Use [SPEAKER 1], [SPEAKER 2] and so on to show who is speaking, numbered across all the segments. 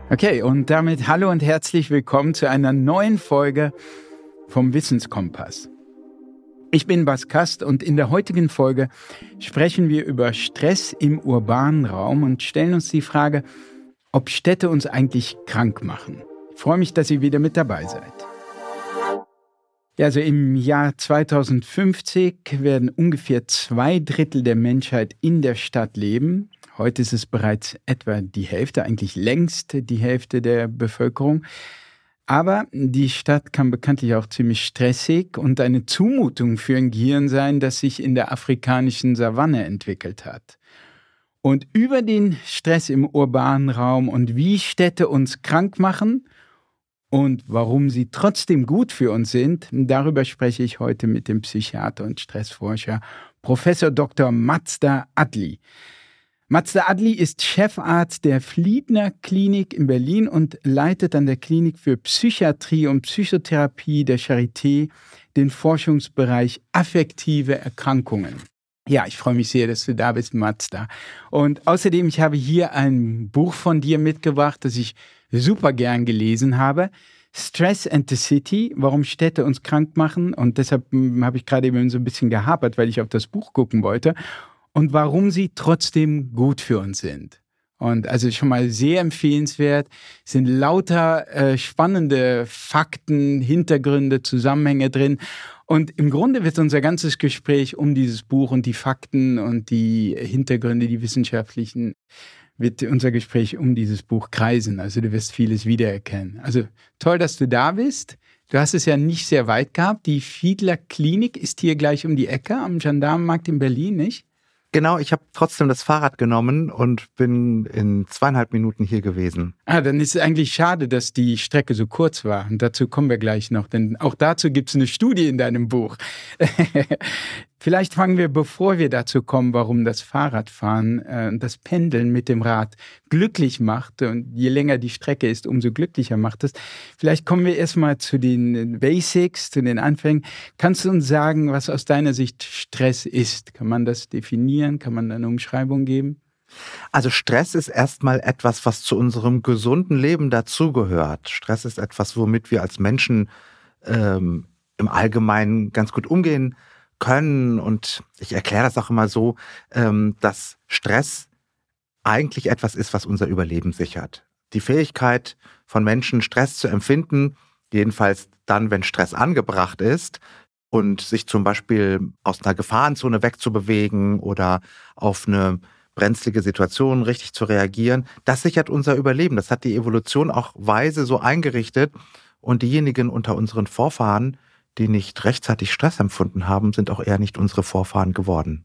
[SPEAKER 1] Okay, und damit hallo und herzlich willkommen zu einer neuen Folge vom Wissenskompass. Ich bin Bas Kast und in der heutigen Folge sprechen wir über Stress im urbanen Raum und stellen uns die Frage, ob Städte uns eigentlich krank machen. Ich freue mich, dass ihr wieder mit dabei seid. Ja, also im Jahr 2050 werden ungefähr 2/3 der Menschheit in der Stadt leben. Heute ist es bereits etwa die Hälfte, eigentlich längst die Hälfte der Bevölkerung. Aber die Stadt kann bekanntlich auch ziemlich stressig und eine Zumutung für ein Gehirn sein, das sich in der afrikanischen Savanne entwickelt hat. Und über den Stress im urbanen Raum und wie Städte uns krank machen und warum sie trotzdem gut für uns sind, darüber spreche ich heute mit dem Psychiater und Stressforscher Professor Dr. Mazda Adli. Mazda Adli ist Chefarzt der Fliedner Klinik in Berlin und leitet an der Klinik für Psychiatrie und Psychotherapie der Charité den Forschungsbereich affektive Erkrankungen. Ja, ich freue mich sehr, dass du da bist, Mazda. Und außerdem, ich habe hier ein Buch von dir mitgebracht, das ich super gern gelesen habe. Stress and the City, warum Städte uns krank machen. Und deshalb habe ich gerade eben so ein bisschen gehapert, weil ich auf das Buch gucken wollte. Und warum sie trotzdem gut für uns sind. Und also schon mal sehr empfehlenswert, sind lauter spannende Fakten, Hintergründe, Zusammenhänge drin. Und im Grunde wird unser ganzes Gespräch um dieses Buch und die Fakten und die Hintergründe, die wissenschaftlichen, wird unser Gespräch um dieses Buch kreisen. Also du wirst vieles wiedererkennen. Also toll, dass du da bist. Du hast es ja nicht sehr weit gehabt. Die Fliedner Klinik ist hier gleich um die Ecke am Gendarmenmarkt in Berlin, nicht?
[SPEAKER 2] Genau, ich habe trotzdem das Fahrrad genommen und bin in 2,5 Minuten hier gewesen.
[SPEAKER 1] Dann ist es eigentlich schade, dass die Strecke so kurz war. Und dazu kommen wir gleich noch, denn auch dazu gibt es eine Studie in deinem Buch. Vielleicht fangen wir, bevor wir dazu kommen, warum das Fahrradfahren, das Pendeln mit dem Rad glücklich macht. Und je länger die Strecke ist, umso glücklicher macht es. Vielleicht kommen wir erstmal zu den Basics, zu den Anfängen. Kannst du uns sagen, was aus deiner Sicht Stress ist? Kann man das definieren? Kann man da eine Umschreibung geben?
[SPEAKER 2] Also Stress ist erstmal etwas, was zu unserem gesunden Leben dazugehört. Stress ist etwas, womit wir als Menschen im Allgemeinen ganz gut umgehen können. Und ich erkläre das auch immer so, dass Stress eigentlich etwas ist, was unser Überleben sichert. Die Fähigkeit von Menschen, Stress zu empfinden, jedenfalls dann, wenn Stress angebracht ist und sich zum Beispiel aus einer Gefahrenzone wegzubewegen oder auf eine brenzlige Situation richtig zu reagieren, das sichert unser Überleben. Das hat die Evolution auch weise so eingerichtet. Und diejenigen unter unseren Vorfahren, die nicht rechtzeitig Stress empfunden haben, sind auch eher nicht unsere Vorfahren geworden.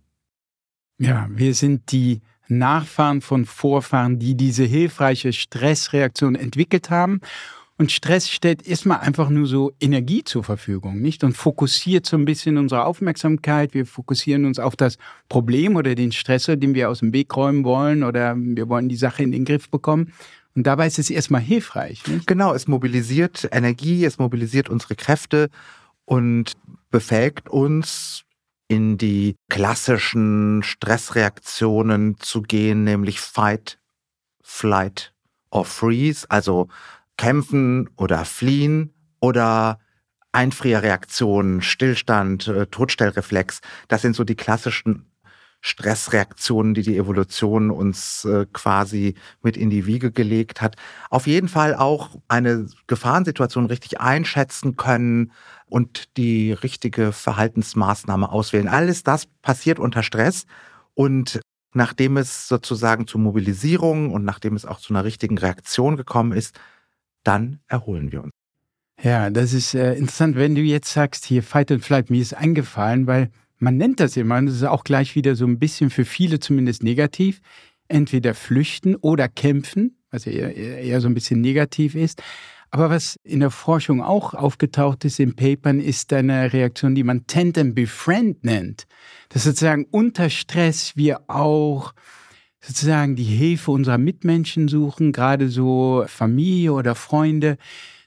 [SPEAKER 1] Ja, wir sind die Nachfahren von Vorfahren, die diese hilfreiche Stressreaktion entwickelt haben. Und Stress stellt erstmal einfach nur so Energie zur Verfügung, nicht? Und fokussiert so ein bisschen unsere Aufmerksamkeit. Wir fokussieren uns auf das Problem oder den Stressor, den wir aus dem Weg räumen wollen, oder wir wollen die Sache in den Griff bekommen. Und dabei ist es erstmal hilfreich, nicht?
[SPEAKER 2] Genau, es mobilisiert Energie, es mobilisiert unsere Kräfte und befähigt uns, in die klassischen Stressreaktionen zu gehen, nämlich Fight, Flight or Freeze, also kämpfen oder fliehen oder Einfrierreaktionen, Stillstand, Todstellreflex. Das sind so die klassischen Stressreaktionen, die die Evolution uns quasi mit in die Wiege gelegt hat. Auf jeden Fall auch eine Gefahrensituation richtig einschätzen können und die richtige Verhaltensmaßnahme auswählen. Alles das passiert unter Stress und nachdem es sozusagen zur Mobilisierung und nachdem es auch zu einer richtigen Reaktion gekommen ist, dann erholen wir uns.
[SPEAKER 1] Ja, das ist interessant, wenn du jetzt sagst, hier Fight and Flight, mir ist eingefallen, weil man nennt das immer, und das ist auch gleich wieder so ein bisschen für viele zumindest negativ, entweder flüchten oder kämpfen, was eher so ein bisschen negativ ist. Aber was in der Forschung auch aufgetaucht ist in Papern, ist eine Reaktion, die man Tend and Befriend nennt. Dass sozusagen unter Stress wir auch sozusagen die Hilfe unserer Mitmenschen suchen, gerade so Familie oder Freunde,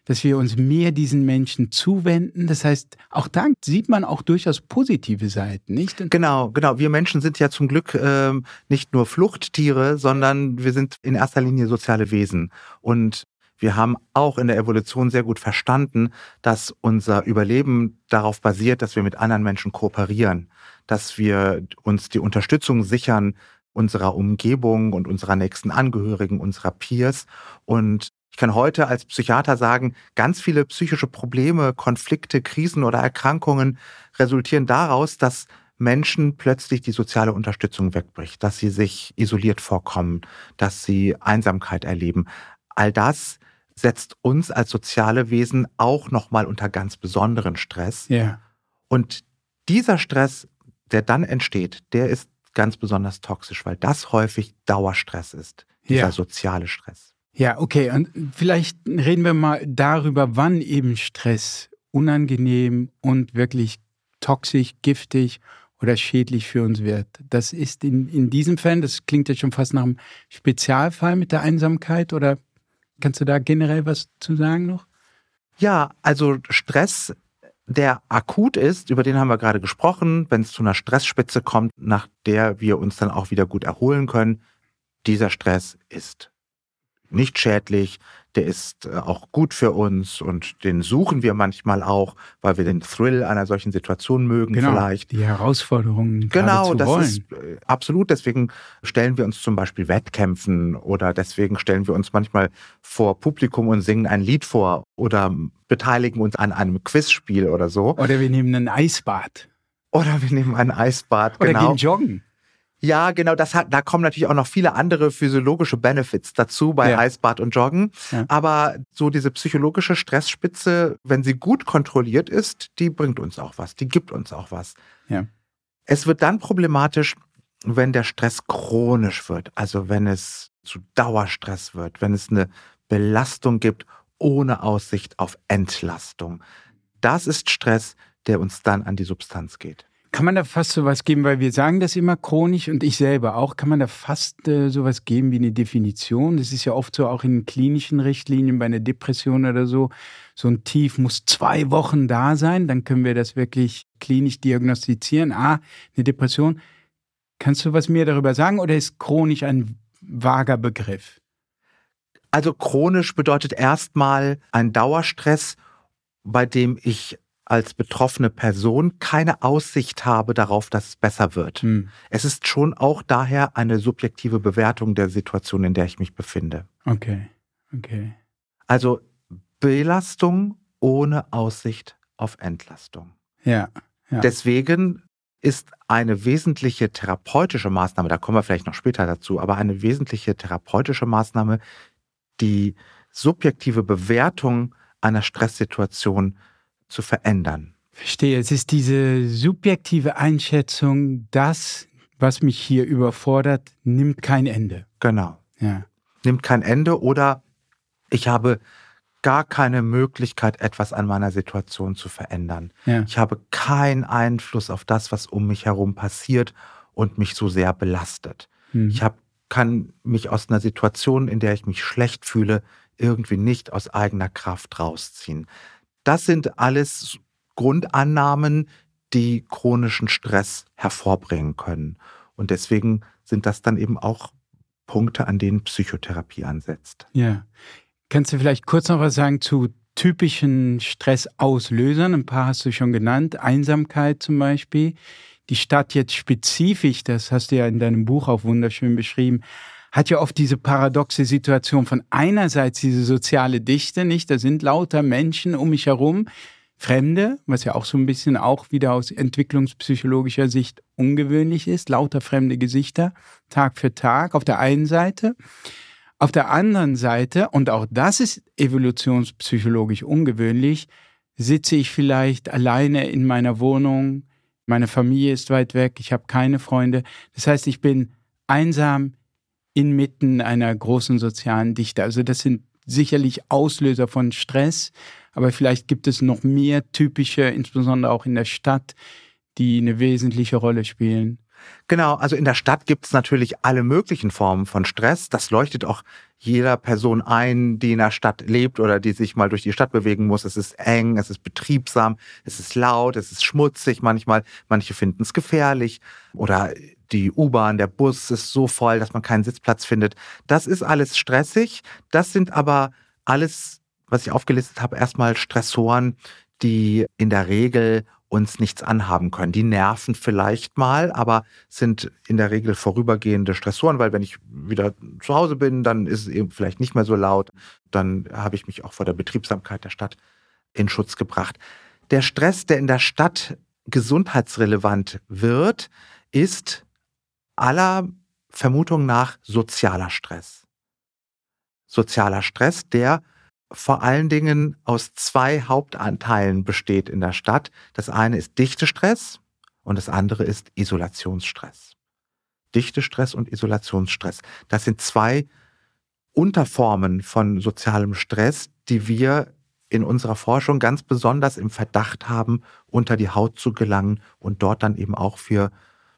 [SPEAKER 1] dass wir uns mehr diesen Menschen zuwenden. Das heißt, auch da sieht man auch durchaus positive Seiten, nicht?
[SPEAKER 2] Genau. Wir Menschen sind ja zum Glück nicht nur Fluchttiere, sondern wir sind in erster Linie soziale Wesen. Und wir haben auch in der Evolution sehr gut verstanden, dass unser Überleben darauf basiert, dass wir mit anderen Menschen kooperieren, dass wir uns die Unterstützung sichern unserer Umgebung und unserer nächsten Angehörigen, unserer Peers. Und ich kann heute als Psychiater sagen, ganz viele psychische Probleme, Konflikte, Krisen oder Erkrankungen resultieren daraus, dass Menschen plötzlich die soziale Unterstützung wegbricht, dass sie sich isoliert vorkommen, dass sie Einsamkeit erleben. All das setzt uns als soziale Wesen auch nochmal unter ganz besonderen Stress.
[SPEAKER 1] Ja.
[SPEAKER 2] Und dieser Stress, der dann entsteht, der ist ganz besonders toxisch, weil das häufig Dauerstress ist, dieser soziale Stress.
[SPEAKER 1] Ja, okay. Und vielleicht reden wir mal darüber, wann eben Stress unangenehm und wirklich toxisch, giftig oder schädlich für uns wird. Das ist in diesem Fall, das klingt jetzt schon fast nach einem Spezialfall mit der Einsamkeit, oder kannst du da generell was zu sagen noch?
[SPEAKER 2] Ja, also Stress, der akut ist, über den haben wir gerade gesprochen, wenn es zu einer Stressspitze kommt, nach der wir uns dann auch wieder gut erholen können, dieser Stress ist nicht schädlich, der ist auch gut für uns und den suchen wir manchmal auch, weil wir den Thrill einer solchen Situation mögen vielleicht.
[SPEAKER 1] Die Herausforderungen
[SPEAKER 2] genau,
[SPEAKER 1] zu
[SPEAKER 2] das
[SPEAKER 1] wollen.
[SPEAKER 2] Ist absolut. Deswegen stellen wir uns zum Beispiel Wettkämpfen oder deswegen stellen wir uns manchmal vor Publikum und singen ein Lied vor oder beteiligen uns an einem Quizspiel oder so.
[SPEAKER 1] Oder wir nehmen ein Eisbad.
[SPEAKER 2] Oder wir nehmen ein Eisbad,
[SPEAKER 1] oder
[SPEAKER 2] genau.
[SPEAKER 1] Gehen joggen.
[SPEAKER 2] Ja, genau, da kommen natürlich auch noch viele andere physiologische Benefits dazu bei Eisbad und Joggen. Ja. Aber so diese psychologische Stressspitze, wenn sie gut kontrolliert ist, die bringt uns auch was, die gibt uns auch was.
[SPEAKER 1] Ja.
[SPEAKER 2] Es wird dann problematisch, wenn der Stress chronisch wird, also wenn es zu Dauerstress wird, wenn es eine Belastung gibt ohne Aussicht auf Entlastung. Das ist Stress, der uns dann an die Substanz geht.
[SPEAKER 1] Kann man da fast sowas geben, weil wir sagen das immer chronisch und ich selber auch, kann man da fast sowas geben wie eine Definition? Das ist ja oft so auch in klinischen Richtlinien bei einer Depression oder so. So ein Tief muss 2 Wochen da sein, dann können wir das wirklich klinisch diagnostizieren. Eine Depression. Kannst du was mehr darüber sagen oder ist chronisch ein vager Begriff?
[SPEAKER 2] Also chronisch bedeutet erstmal ein Dauerstress, bei dem ich als betroffene Person keine Aussicht habe darauf, dass es besser wird. Es ist schon auch daher eine subjektive Bewertung der Situation, in der ich mich befinde.
[SPEAKER 1] Okay.
[SPEAKER 2] Also Belastung ohne Aussicht auf Entlastung.
[SPEAKER 1] Ja.
[SPEAKER 2] Deswegen ist eine wesentliche therapeutische Maßnahme, da kommen wir vielleicht noch später dazu, aber eine wesentliche therapeutische Maßnahme, die subjektive Bewertung einer Stresssituation zu verändern.
[SPEAKER 1] Verstehe. Es ist diese subjektive Einschätzung, das, was mich hier überfordert, nimmt kein Ende.
[SPEAKER 2] Genau.
[SPEAKER 1] Ja.
[SPEAKER 2] Nimmt kein Ende oder ich habe gar keine Möglichkeit, etwas an meiner Situation zu verändern.
[SPEAKER 1] Ja.
[SPEAKER 2] Ich habe keinen Einfluss auf das, was um mich herum passiert und mich so sehr belastet. Ich kann mich aus einer Situation, in der ich mich schlecht fühle, irgendwie nicht aus eigener Kraft rausziehen. Das sind alles Grundannahmen, die chronischen Stress hervorbringen können. Und deswegen sind das dann eben auch Punkte, an denen Psychotherapie ansetzt.
[SPEAKER 1] Ja. Kannst du vielleicht kurz noch was sagen zu typischen Stressauslösern? Ein paar hast du schon genannt. Einsamkeit zum Beispiel. Die Stadt jetzt spezifisch, das hast du ja in deinem Buch auch wunderschön beschrieben, hat ja oft diese paradoxe Situation von einerseits diese soziale Dichte, nicht? Da sind lauter Menschen um mich herum, Fremde, was ja auch so ein bisschen auch wieder aus entwicklungspsychologischer Sicht ungewöhnlich ist, lauter fremde Gesichter, Tag für Tag auf der einen Seite. Auf der anderen Seite, und auch das ist evolutionspsychologisch ungewöhnlich, sitze ich vielleicht alleine in meiner Wohnung, meine Familie ist weit weg, ich habe keine Freunde. Das heißt, ich bin einsam inmitten einer großen sozialen Dichte. Also das sind sicherlich Auslöser von Stress, aber vielleicht gibt es noch mehr typische, insbesondere auch in der Stadt, die eine wesentliche Rolle spielen.
[SPEAKER 2] Genau, also in der Stadt gibt es natürlich alle möglichen Formen von Stress. Das leuchtet auch jeder Person ein, die in der Stadt lebt oder die sich mal durch die Stadt bewegen muss. Es ist eng, es ist betriebsam, es ist laut, es ist schmutzig manchmal. Manche finden es gefährlich oder die U-Bahn, der Bus ist so voll, dass man keinen Sitzplatz findet. Das ist alles stressig. Das sind aber alles, was ich aufgelistet habe, erstmal Stressoren, die in der Regel uns nichts anhaben können. Die nerven vielleicht mal, aber sind in der Regel vorübergehende Stressoren, weil wenn ich wieder zu Hause bin, dann ist es eben vielleicht nicht mehr so laut. Dann habe ich mich auch vor der Betriebsamkeit der Stadt in Schutz gebracht. Der Stress, der in der Stadt gesundheitsrelevant wird, ist aller Vermutung nach sozialer Stress. Sozialer Stress, der vor allen Dingen aus 2 Hauptanteilen besteht in der Stadt. Das eine ist Dichtestress und das andere ist Isolationsstress. Dichtestress und Isolationsstress. Das sind 2 Unterformen von sozialem Stress, die wir in unserer Forschung ganz besonders im Verdacht haben, unter die Haut zu gelangen und dort dann eben auch für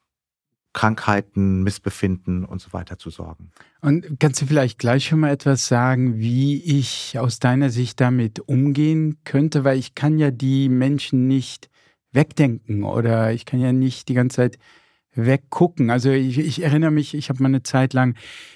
[SPEAKER 2] Krankheiten, Missbefinden und so weiter zu sorgen.
[SPEAKER 1] Und kannst du vielleicht gleich schon mal etwas sagen, wie ich aus deiner Sicht damit umgehen könnte? Weil ich kann ja die Menschen nicht wegdenken oder ich kann ja nicht die ganze Zeit weggucken. Also ich erinnere mich, ich habe mal eine Zeit lang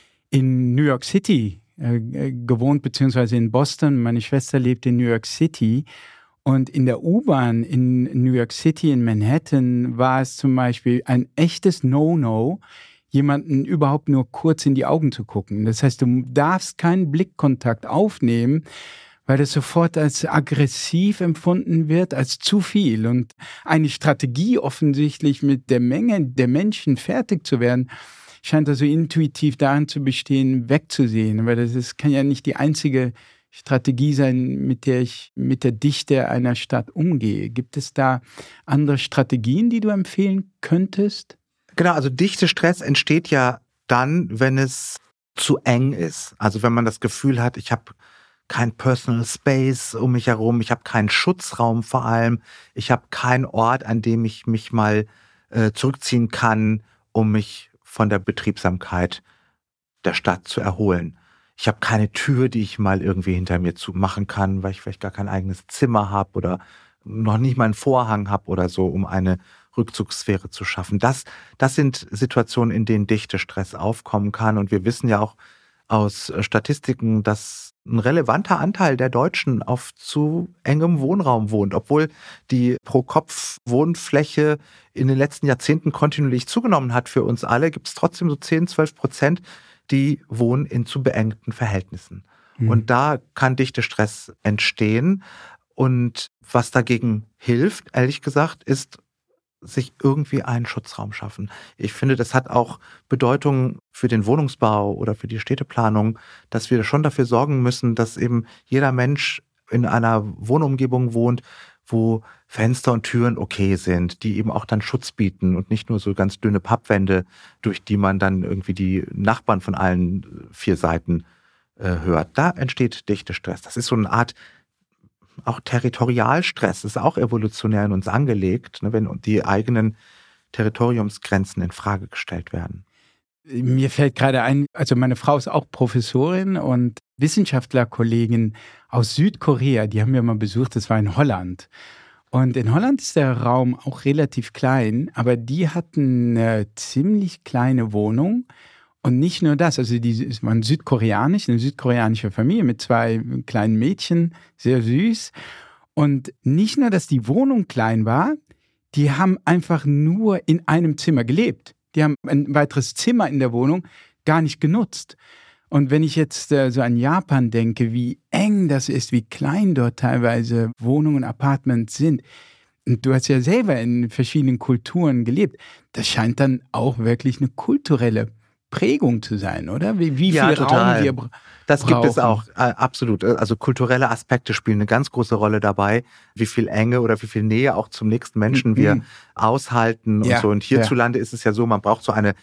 [SPEAKER 1] in New York City gewohnt, beziehungsweise in Boston. Meine Schwester lebt in New York City. Und in der U-Bahn in New York City, in Manhattan, war es zum Beispiel ein echtes No-No, jemanden überhaupt nur kurz in die Augen zu gucken. Das heißt, du darfst keinen Blickkontakt aufnehmen, weil das sofort als aggressiv empfunden wird, als zu viel. Und eine Strategie offensichtlich mit der Menge der Menschen fertig zu werden, scheint also intuitiv darin zu bestehen, wegzusehen. Weil kann ja nicht die einzige Strategie sein, mit der ich mit der Dichte einer Stadt umgehe. Gibt es da andere Strategien, die du empfehlen könntest?
[SPEAKER 2] Genau, also Dichtestress entsteht ja dann, wenn es zu eng ist. Also wenn man das Gefühl hat, ich habe kein Personal Space um mich herum, ich habe keinen Schutzraum vor allem, ich habe keinen Ort, an dem ich mich mal zurückziehen kann, um mich von der Betriebsamkeit der Stadt zu erholen. Ich habe keine Tür, die ich mal irgendwie hinter mir zumachen kann, weil ich vielleicht gar kein eigenes Zimmer habe oder noch nicht mal einen Vorhang habe oder so, um eine Rückzugssphäre zu schaffen. Das sind Situationen, in denen Dichtestress aufkommen kann. Und wir wissen ja auch aus Statistiken, dass ein relevanter Anteil der Deutschen auf zu engem Wohnraum wohnt. Obwohl die Pro-Kopf-Wohnfläche in den letzten Jahrzehnten kontinuierlich zugenommen hat für uns alle, gibt es trotzdem so 10-12%, die wohnen in zu beengten Verhältnissen. Und da kann Dichtestress entstehen. Und was dagegen hilft, ehrlich gesagt, ist, sich irgendwie einen Schutzraum schaffen. Ich finde, das hat auch Bedeutung für den Wohnungsbau oder für die Städteplanung, dass wir schon dafür sorgen müssen, dass eben jeder Mensch in einer Wohnumgebung wohnt, wo Fenster und Türen okay sind, die eben auch dann Schutz bieten und nicht nur so ganz dünne Pappwände, durch die man dann irgendwie die Nachbarn von allen 4 Seiten hört. Da entsteht Dichtestress. Das ist so eine Art auch Territorialstress, das ist auch evolutionär in uns angelegt, ne, wenn die eigenen Territoriumsgrenzen in Frage gestellt werden.
[SPEAKER 1] Mir fällt gerade ein, also meine Frau ist auch Professorin und Wissenschaftlerkollegin aus Südkorea, die haben wir mal besucht, das war in Holland. Und in Holland ist der Raum auch relativ klein, aber die hatten eine ziemlich kleine Wohnung. Und nicht nur das, also die waren eine südkoreanische Familie mit 2 kleinen Mädchen, sehr süß. Und nicht nur, dass die Wohnung klein war, die haben einfach nur in einem Zimmer gelebt. Die haben ein weiteres Zimmer in der Wohnung gar nicht genutzt. Und wenn ich jetzt so an Japan denke, wie eng das ist, wie klein dort teilweise Wohnungen, Apartments sind, und du hast ja selber in verschiedenen Kulturen gelebt, das scheint dann auch wirklich eine kulturelle Prägung zu sein, oder? Wie viel Raum wir brauchen.
[SPEAKER 2] Das gibt es auch, absolut. Also kulturelle Aspekte spielen eine ganz große Rolle dabei, wie viel Enge oder wie viel Nähe auch zum nächsten Menschen wir aushalten und so. Und hierzulande ist es ja so, man braucht so eine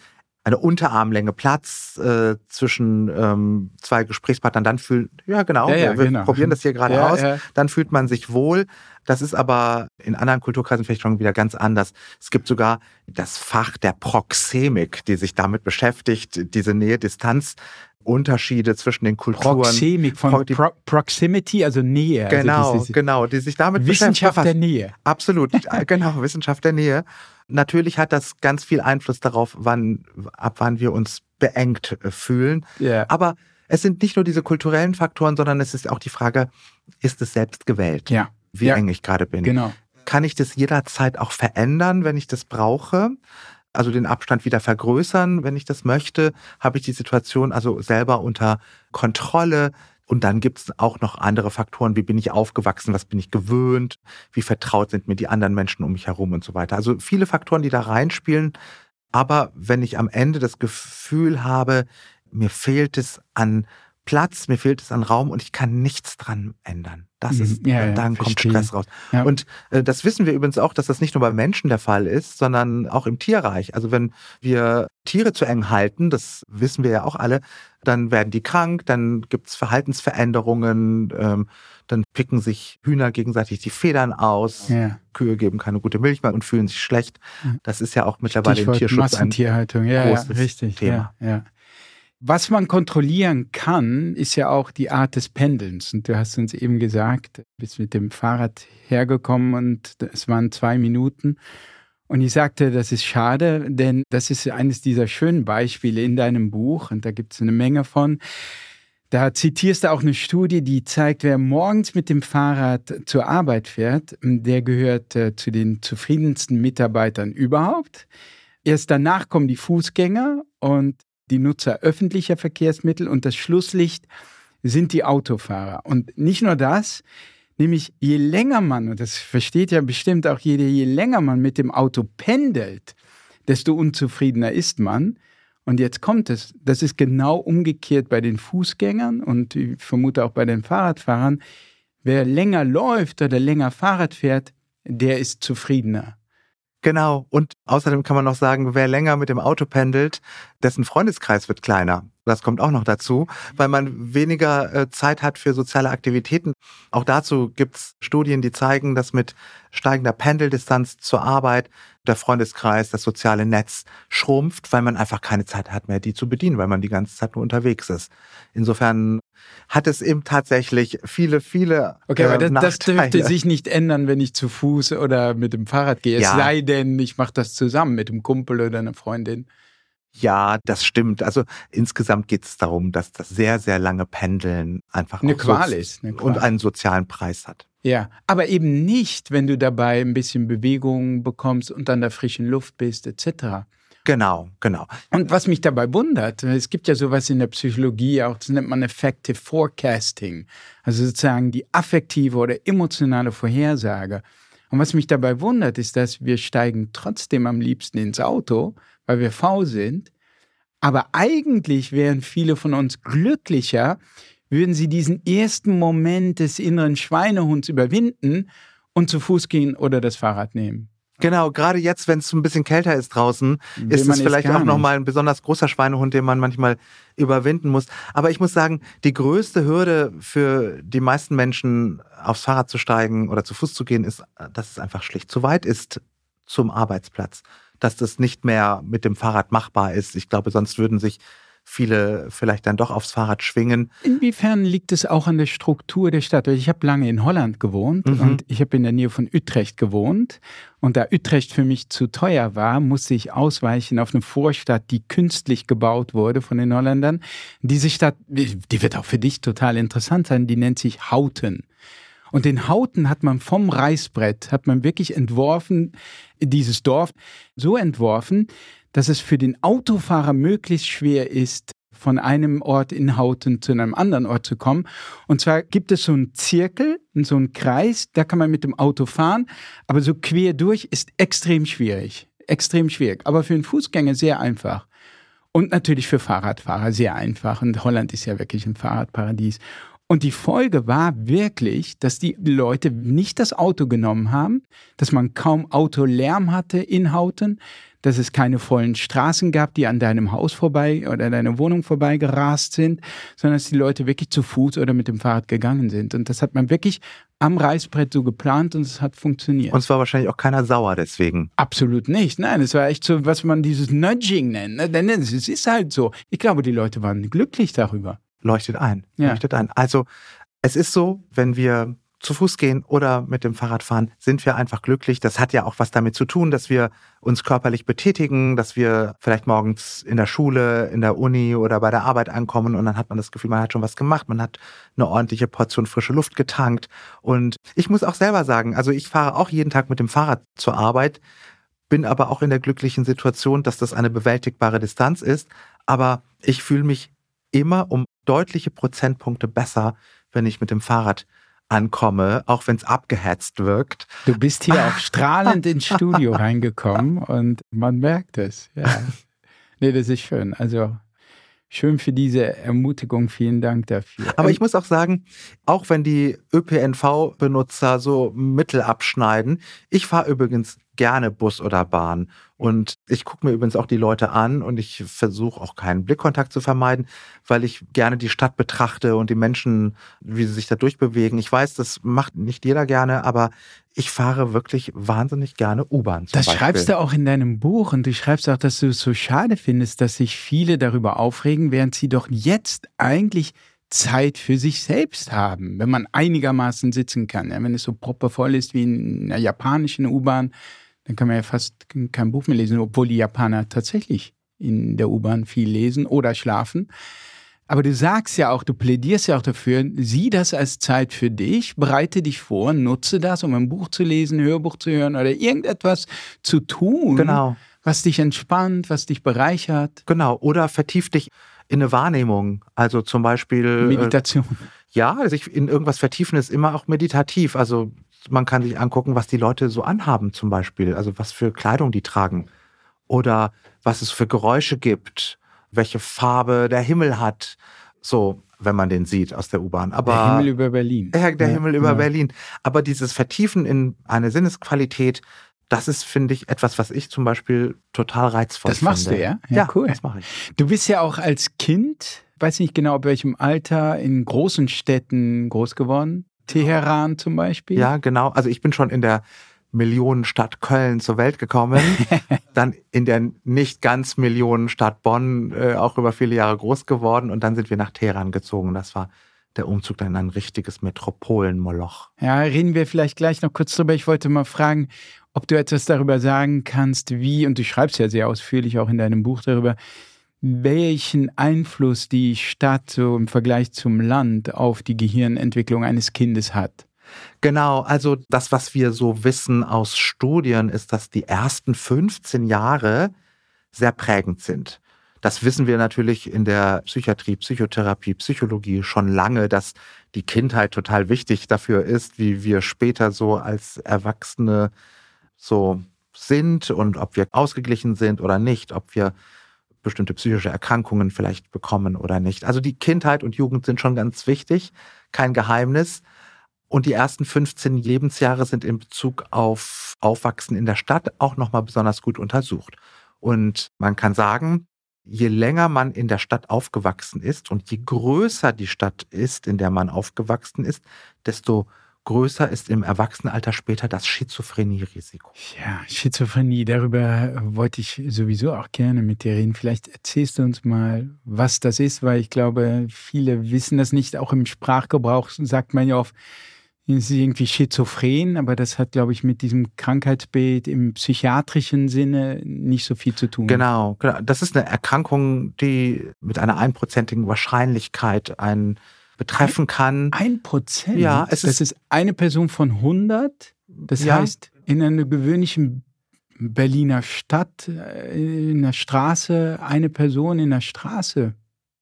[SPEAKER 2] eine Unterarmlänge Platz zwischen zwei Gesprächspartnern, dann wir
[SPEAKER 1] genau.
[SPEAKER 2] probieren das hier gerade aus, dann fühlt man sich wohl. Das ist aber in anderen Kulturkreisen vielleicht schon wieder ganz anders. Es gibt sogar das Fach der Proxemik, die sich damit beschäftigt, diese Nähe-Distanz-Unterschiede zwischen den Kulturen.
[SPEAKER 1] Proxemik, von Proximity, also Nähe.
[SPEAKER 2] Genau, die sich damit beschäftigt.
[SPEAKER 1] Wissenschaft der Nähe.
[SPEAKER 2] Absolut, genau, Wissenschaft der Nähe. Natürlich hat das ganz viel Einfluss darauf, ab wann wir uns beengt fühlen.
[SPEAKER 1] Yeah.
[SPEAKER 2] Aber es sind nicht nur diese kulturellen Faktoren, sondern es ist auch die Frage, ist es selbst gewählt?
[SPEAKER 1] Ja.
[SPEAKER 2] Wie eng ich gerade bin.
[SPEAKER 1] Genau.
[SPEAKER 2] Kann ich das jederzeit auch verändern, wenn ich das brauche? Also den Abstand wieder vergrößern, wenn ich das möchte? Habe ich die Situation also selber unter Kontrolle? Und dann gibt es auch noch andere Faktoren. Wie bin ich aufgewachsen? Was bin ich gewöhnt? Wie vertraut sind mir die anderen Menschen um mich herum und so weiter? Also viele Faktoren, die da reinspielen. Aber wenn ich am Ende das Gefühl habe, mir fehlt es an Platz, mir fehlt es an Raum und ich kann nichts dran ändern. Dann kommt Stress raus.
[SPEAKER 1] Ja.
[SPEAKER 2] Und das wissen wir übrigens auch, dass das nicht nur bei Menschen der Fall ist, sondern auch im Tierreich. Also wenn wir Tiere zu eng halten, das wissen wir ja auch alle, dann werden die krank, dann gibt es Verhaltensveränderungen, dann picken sich Hühner gegenseitig die Federn aus, Kühe geben keine gute Milch mehr und fühlen sich schlecht. Das ist ja auch mittlerweile im Tierschutz ein großes Thema.
[SPEAKER 1] Ja. Was man kontrollieren kann, ist ja auch die Art des Pendelns. Und du hast uns eben gesagt, du bist mit dem Fahrrad hergekommen und es waren 2 Minuten. Und ich sagte, das ist schade, denn das ist eines dieser schönen Beispiele in deinem Buch. Und da gibt es eine Menge von. Da zitierst du auch eine Studie, die zeigt, wer morgens mit dem Fahrrad zur Arbeit fährt, der gehört zu den zufriedensten Mitarbeitern überhaupt. Erst danach kommen die Fußgänger und die Nutzer öffentlicher Verkehrsmittel und das Schlusslicht sind die Autofahrer. Und nicht nur das, nämlich je länger man, und das versteht ja bestimmt auch jeder, je länger man mit dem Auto pendelt, desto unzufriedener ist man. Und jetzt kommt es, das ist genau umgekehrt bei den Fußgängern und ich vermute auch bei den Fahrradfahrern. Wer länger läuft oder länger Fahrrad fährt, der ist zufriedener.
[SPEAKER 2] Genau. Und außerdem kann man noch sagen, wer länger mit dem Auto pendelt, dessen Freundeskreis wird kleiner. Das kommt auch noch dazu, weil man weniger Zeit hat für soziale Aktivitäten. Auch dazu gibt es Studien, die zeigen, dass mit steigender Pendeldistanz zur Arbeit der Freundeskreis, das soziale Netz schrumpft, weil man einfach keine Zeit hat mehr, die zu bedienen, weil man die ganze Zeit nur unterwegs ist. Insofern hat es eben tatsächlich viele
[SPEAKER 1] Okay, aber das dürfte sich nicht ändern, wenn ich zu Fuß oder mit dem Fahrrad gehe. Es sei denn, ich mache das zusammen mit einem Kumpel oder einer Freundin.
[SPEAKER 2] Ja, das stimmt. Also insgesamt geht es darum, dass das sehr, sehr lange Pendeln einfach
[SPEAKER 1] eine Qual ist.
[SPEAKER 2] Und einen sozialen Preis hat.
[SPEAKER 1] Ja, aber eben nicht, wenn du dabei ein bisschen Bewegung bekommst und an der frischen Luft bist, etc.
[SPEAKER 2] Genau.
[SPEAKER 1] Und was mich dabei wundert, es gibt ja sowas in der Psychologie auch, das nennt man Affective Forecasting, also sozusagen die affektive oder emotionale Vorhersage. Und was mich dabei wundert, ist, dass wir steigen trotzdem am liebsten ins Auto, weil wir faul sind. Aber eigentlich wären viele von uns glücklicher, würden sie diesen ersten Moment des inneren Schweinehunds überwinden und zu Fuß gehen oder das Fahrrad nehmen.
[SPEAKER 2] Genau, gerade jetzt, wenn es ein bisschen kälter ist draußen, ist es vielleicht auch nochmal ein besonders großer Schweinehund, den man manchmal überwinden muss. Aber ich muss sagen, die größte Hürde für die meisten Menschen, aufs Fahrrad zu steigen oder zu Fuß zu gehen, ist, dass es einfach schlicht zu weit ist zum Arbeitsplatz. Dass das nicht mehr mit dem Fahrrad machbar ist. Ich glaube, sonst würden sich viele vielleicht dann doch aufs Fahrrad schwingen.
[SPEAKER 1] Inwiefern liegt es auch an der Struktur der Stadt? Ich habe lange in Holland gewohnt und ich habe in der Nähe von Utrecht gewohnt. Und da Utrecht für mich zu teuer war, musste ich ausweichen auf eine Vorstadt, die künstlich gebaut wurde von den Holländern. Diese Stadt, die wird auch für dich total interessant sein, die nennt sich Houten. Und in Houten hat man vom Reißbrett, wirklich entworfen, dieses Dorf so entworfen, dass es für den Autofahrer möglichst schwer ist, von einem Ort in Houten zu einem anderen Ort zu kommen. Und zwar gibt es so einen Zirkel, so einen Kreis, da kann man mit dem Auto fahren, aber so quer durch ist extrem schwierig. Aber für einen Fußgänger sehr einfach. Und natürlich für Fahrradfahrer sehr einfach. Und Holland ist ja wirklich ein Fahrradparadies. Und die Folge war wirklich, dass die Leute nicht das Auto genommen haben, dass man kaum Autolärm hatte in Houten, dass es keine vollen Straßen gab, die an deinem Haus vorbei oder deiner Wohnung vorbei gerast sind, sondern dass die Leute wirklich zu Fuß oder mit dem Fahrrad gegangen sind. Und das hat man wirklich am Reißbrett so geplant und es hat funktioniert.
[SPEAKER 2] Und es war wahrscheinlich auch keiner sauer deswegen.
[SPEAKER 1] Absolut nicht. Nein, es war echt so, was man dieses Nudging nennt. Ne? Denn es ist halt so. Ich glaube, die Leute waren glücklich darüber.
[SPEAKER 2] Leuchtet ein.
[SPEAKER 1] Ja.
[SPEAKER 2] Leuchtet ein. Also es ist so, wenn wir zu Fuß gehen oder mit dem Fahrrad fahren, sind wir einfach glücklich. Das hat ja auch was damit zu tun, dass wir uns körperlich betätigen, dass wir vielleicht morgens in der Schule, in der Uni oder bei der Arbeit ankommen und dann hat man das Gefühl, man hat schon was gemacht, man hat eine ordentliche Portion frische Luft getankt. Und ich muss auch selber sagen, also ich fahre auch jeden Tag mit dem Fahrrad zur Arbeit, bin aber auch in der glücklichen Situation, dass das eine bewältigbare Distanz ist. Aber ich fühle mich immer um deutliche Prozentpunkte besser, wenn ich mit dem Fahrrad ankomme, auch wenn es abgehetzt wirkt.
[SPEAKER 1] Du bist hier auch strahlend ins Studio reingekommen und man merkt es. Ja. Nee, das ist schön. Also schön für diese Ermutigung. Vielen Dank dafür.
[SPEAKER 2] Aber ich muss auch sagen, auch wenn die ÖPNV-Benutzer so Mittel abschneiden, ich fahre übrigens gerne Bus oder Bahn. Und ich gucke mir übrigens auch die Leute an und ich versuche auch keinen Blickkontakt zu vermeiden, weil ich gerne die Stadt betrachte und die Menschen, wie sie sich da durchbewegen. Ich weiß, das macht nicht jeder gerne, aber ich fahre wirklich wahnsinnig gerne U-Bahn zum Beispiel.
[SPEAKER 1] Das schreibst du auch in deinem Buch und du schreibst auch, dass du es so schade findest, dass sich viele darüber aufregen, während sie doch jetzt eigentlich Zeit für sich selbst haben, wenn man einigermaßen sitzen kann. Ja, wenn es so proppevoll ist wie in einer japanischen U-Bahn, dann kann man ja fast kein Buch mehr lesen, obwohl die Japaner tatsächlich in der U-Bahn viel lesen oder schlafen. Aber du sagst ja auch, du plädierst ja auch dafür, sieh das als Zeit für dich, bereite dich vor, nutze das, um ein Buch zu lesen, ein Hörbuch zu hören oder irgendetwas zu tun,
[SPEAKER 2] genau,
[SPEAKER 1] was dich entspannt, was dich bereichert.
[SPEAKER 2] Genau, oder vertief dich in eine Wahrnehmung, also zum Beispiel
[SPEAKER 1] Meditation.
[SPEAKER 2] Ja, sich in irgendwas vertiefen ist immer auch meditativ, also man kann sich angucken, was die Leute so anhaben zum Beispiel, also was für Kleidung die tragen oder was es für Geräusche gibt, welche Farbe der Himmel hat, so, wenn man den sieht aus der U-Bahn. Aber
[SPEAKER 1] der Himmel über Berlin.
[SPEAKER 2] Ja, der Himmel über Berlin. Aber dieses Vertiefen in eine Sinnesqualität, das ist, finde ich, etwas, was ich zum Beispiel total reizvoll finde.
[SPEAKER 1] Das machst du, ja? Ja, cool.
[SPEAKER 2] Das mache ich.
[SPEAKER 1] Du bist ja auch als Kind, weiß nicht genau, ab welchem Alter, in großen Städten groß geworden. Teheran zum Beispiel.
[SPEAKER 2] Ja, genau. Also ich bin schon in der Millionenstadt Köln zur Welt gekommen, dann in der nicht ganz Millionenstadt Bonn auch über viele Jahre groß geworden und dann sind wir nach Teheran gezogen. Das war der Umzug dann in ein richtiges Metropolenmoloch.
[SPEAKER 1] Ja, reden wir vielleicht gleich noch kurz drüber. Ich wollte mal fragen, ob du etwas darüber sagen kannst, wie, und du schreibst ja sehr ausführlich auch in deinem Buch darüber, welchen Einfluss die Stadt so im Vergleich zum Land auf die Gehirnentwicklung eines Kindes hat.
[SPEAKER 2] Genau, also das, was wir so wissen aus Studien, ist, dass die ersten 15 Jahre sehr prägend sind. Das wissen wir natürlich in der Psychiatrie, Psychotherapie, Psychologie schon lange, dass die Kindheit total wichtig dafür ist, wie wir später so als Erwachsene so sind und ob wir ausgeglichen sind oder nicht, ob wir bestimmte psychische Erkrankungen vielleicht bekommen oder nicht. Also die Kindheit und Jugend sind schon ganz wichtig, kein Geheimnis. Und die ersten 15 Lebensjahre sind in Bezug auf Aufwachsen in der Stadt auch nochmal besonders gut untersucht. Und man kann sagen, je länger man in der Stadt aufgewachsen ist und je größer die Stadt ist, in der man aufgewachsen ist, desto größer ist im Erwachsenenalter später das Schizophrenie-Risiko.
[SPEAKER 1] Ja, Schizophrenie, darüber wollte ich sowieso auch gerne mit dir reden. Vielleicht erzählst du uns mal, was das ist, weil ich glaube, viele wissen das nicht. Auch im Sprachgebrauch sagt man ja oft, es ist irgendwie schizophren, aber das hat, glaube ich, mit diesem Krankheitsbild im psychiatrischen Sinne nicht so viel zu tun.
[SPEAKER 2] Genau. Das ist eine Erkrankung, die mit einer 1%igen Wahrscheinlichkeit einen betreffen kann.
[SPEAKER 1] 1%?
[SPEAKER 2] Ja,
[SPEAKER 1] das ist eine Person von 100. Das heißt, in einer gewöhnlichen Berliner Stadt, in der Straße, eine Person in der Straße.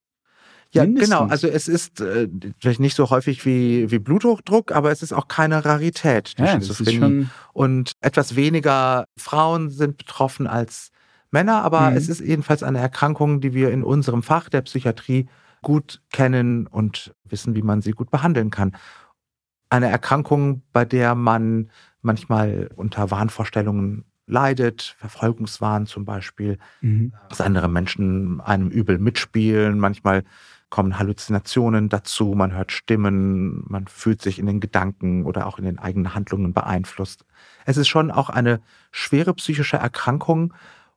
[SPEAKER 2] Ja,
[SPEAKER 1] mindestens.
[SPEAKER 2] Genau. Also es ist vielleicht nicht so häufig wie Bluthochdruck, aber es ist auch keine Rarität, die Schizophrenie. Und etwas weniger Frauen sind betroffen als Männer, aber es ist jedenfalls eine Erkrankung, die wir in unserem Fach der Psychiatrie gut kennen und wissen, wie man sie gut behandeln kann. Eine Erkrankung, bei der man manchmal unter Wahnvorstellungen leidet, Verfolgungswahn zum Beispiel,
[SPEAKER 1] Mhm.
[SPEAKER 2] dass andere Menschen einem übel mitspielen. Manchmal kommen Halluzinationen dazu, man hört Stimmen, man fühlt sich in den Gedanken oder auch in den eigenen Handlungen beeinflusst. Es ist schon auch eine schwere psychische Erkrankung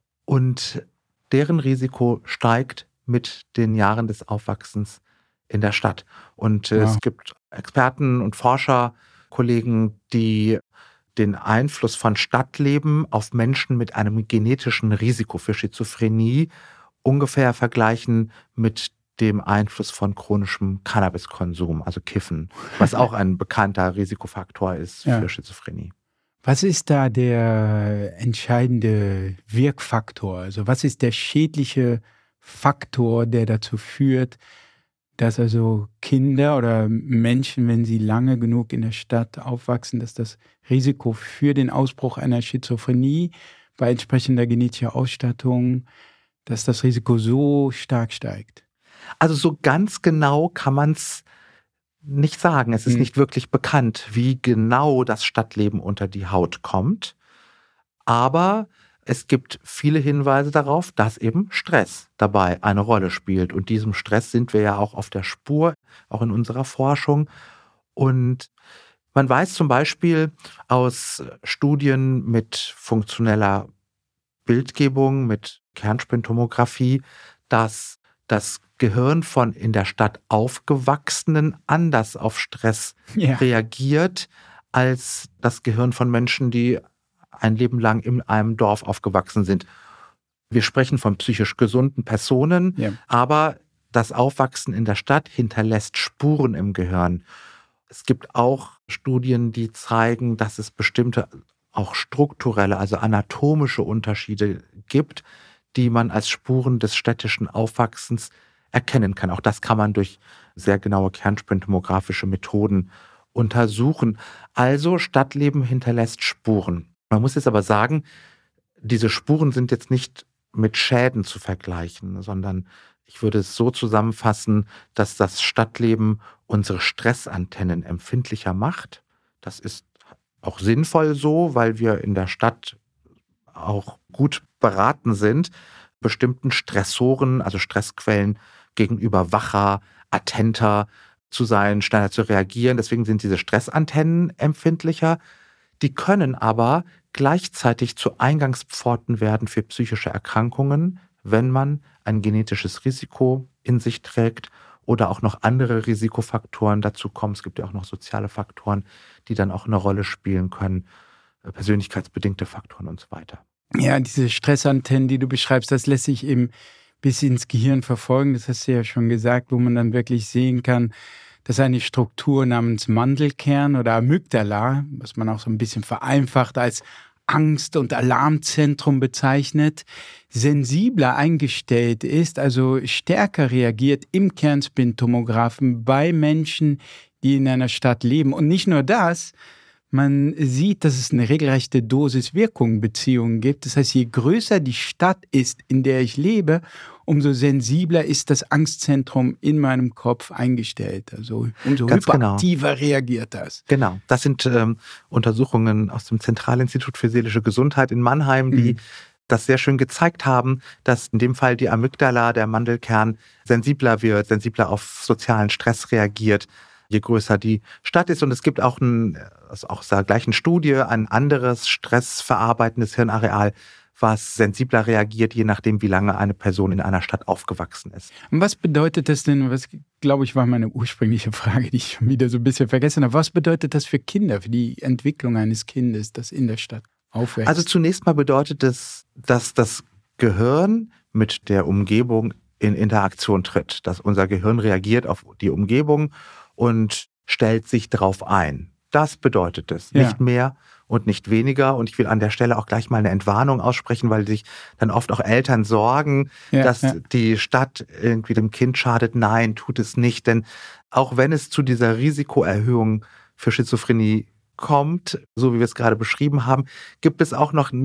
[SPEAKER 2] und deren Risiko steigt mit den Jahren des Aufwachsens in der Stadt. Und
[SPEAKER 1] Wow.
[SPEAKER 2] es gibt Experten und Forscher, Kollegen, die den Einfluss von Stadtleben auf Menschen mit einem genetischen Risiko für Schizophrenie ungefähr vergleichen mit dem Einfluss von chronischem Cannabiskonsum, also Kiffen, was auch ein bekannter Risikofaktor ist
[SPEAKER 1] Ja.
[SPEAKER 2] für Schizophrenie.
[SPEAKER 1] Was ist da der entscheidende Wirkfaktor? Also was ist der schädliche Faktor, der dazu führt, dass also Kinder oder Menschen, wenn sie lange genug in der Stadt aufwachsen, dass das Risiko für den Ausbruch einer Schizophrenie bei entsprechender genetischer Ausstattung, dass das Risiko so stark steigt?
[SPEAKER 2] Also so ganz genau kann man es nicht sagen. Es ist nicht wirklich bekannt, wie genau das Stadtleben unter die Haut kommt. Aber es gibt viele Hinweise darauf, dass eben Stress dabei eine Rolle spielt. Und diesem Stress sind wir ja auch auf der Spur, auch in unserer Forschung. Und man weiß zum Beispiel aus Studien mit funktioneller Bildgebung, mit Kernspintomographie, dass das Gehirn von in der Stadt Aufgewachsenen anders auf Stress reagiert als das Gehirn von Menschen, die ein Leben lang in einem Dorf aufgewachsen sind. Wir sprechen von psychisch gesunden Personen, aber das Aufwachsen in der Stadt hinterlässt Spuren im Gehirn. Es gibt auch Studien, die zeigen, dass es bestimmte auch strukturelle, also anatomische Unterschiede gibt, die man als Spuren des städtischen Aufwachsens erkennen kann. Auch das kann man durch sehr genaue kernspintomographische Methoden untersuchen. Also Stadtleben hinterlässt Spuren. Man muss jetzt aber sagen, diese Spuren sind jetzt nicht mit Schäden zu vergleichen, sondern ich würde es so zusammenfassen, dass das Stadtleben unsere Stressantennen empfindlicher macht. Das ist auch sinnvoll so, weil wir in der Stadt auch gut beraten sind, bestimmten Stressoren, also Stressquellen gegenüber wacher, attenter zu sein, schneller zu reagieren. Deswegen sind diese Stressantennen empfindlicher. Die können aber gleichzeitig zu Eingangspforten werden für psychische Erkrankungen, wenn man ein genetisches Risiko in sich trägt oder auch noch andere Risikofaktoren dazu kommen. Es gibt ja auch noch soziale Faktoren, die dann auch eine Rolle spielen können, persönlichkeitsbedingte Faktoren und so weiter.
[SPEAKER 1] Ja, diese Stressantennen, die du beschreibst, das lässt sich eben bis ins Gehirn verfolgen. Das hast du ja schon gesagt, wo man dann wirklich sehen kann, dass eine Struktur namens Mandelkern oder Amygdala, was man auch so ein bisschen vereinfacht als Angst- und Alarmzentrum bezeichnet, sensibler eingestellt ist, also stärker reagiert im Kernspintomographen bei Menschen, die in einer Stadt leben. Und nicht nur das, man sieht, dass es eine regelrechte Dosis-Wirkung-Beziehung gibt. Das heißt, je größer die Stadt ist, in der ich lebe, umso sensibler ist das Angstzentrum in meinem Kopf eingestellt. Also umso hyperaktiver reagiert das.
[SPEAKER 2] Genau, das sind Untersuchungen aus dem Zentralinstitut für seelische Gesundheit in Mannheim, die das sehr schön gezeigt haben, dass in dem Fall die Amygdala, der Mandelkern, sensibler wird, sensibler auf sozialen Stress reagiert, je größer die Stadt ist. Und es gibt auch aus der gleichen Studie ein anderes stressverarbeitendes Hirnareal, was sensibler reagiert, je nachdem, wie lange eine Person in einer Stadt aufgewachsen ist.
[SPEAKER 1] Und was bedeutet das denn, was glaube ich war meine ursprüngliche Frage, die ich schon wieder so ein bisschen vergessen habe, was bedeutet das für Kinder, für die Entwicklung eines Kindes, das in der Stadt aufwächst?
[SPEAKER 2] Also zunächst mal bedeutet es, dass das Gehirn mit der Umgebung in Interaktion tritt, dass unser Gehirn reagiert auf die Umgebung und stellt sich darauf ein. Das bedeutet es, nicht mehr und nicht weniger. Und ich will an der Stelle auch gleich mal eine Entwarnung aussprechen, weil sich dann oft auch Eltern sorgen, dass die Stadt irgendwie dem Kind schadet. Nein, tut es nicht. Denn auch wenn es zu dieser Risikoerhöhung für Schizophrenie kommt, so wie wir es gerade beschrieben haben, gibt es auch noch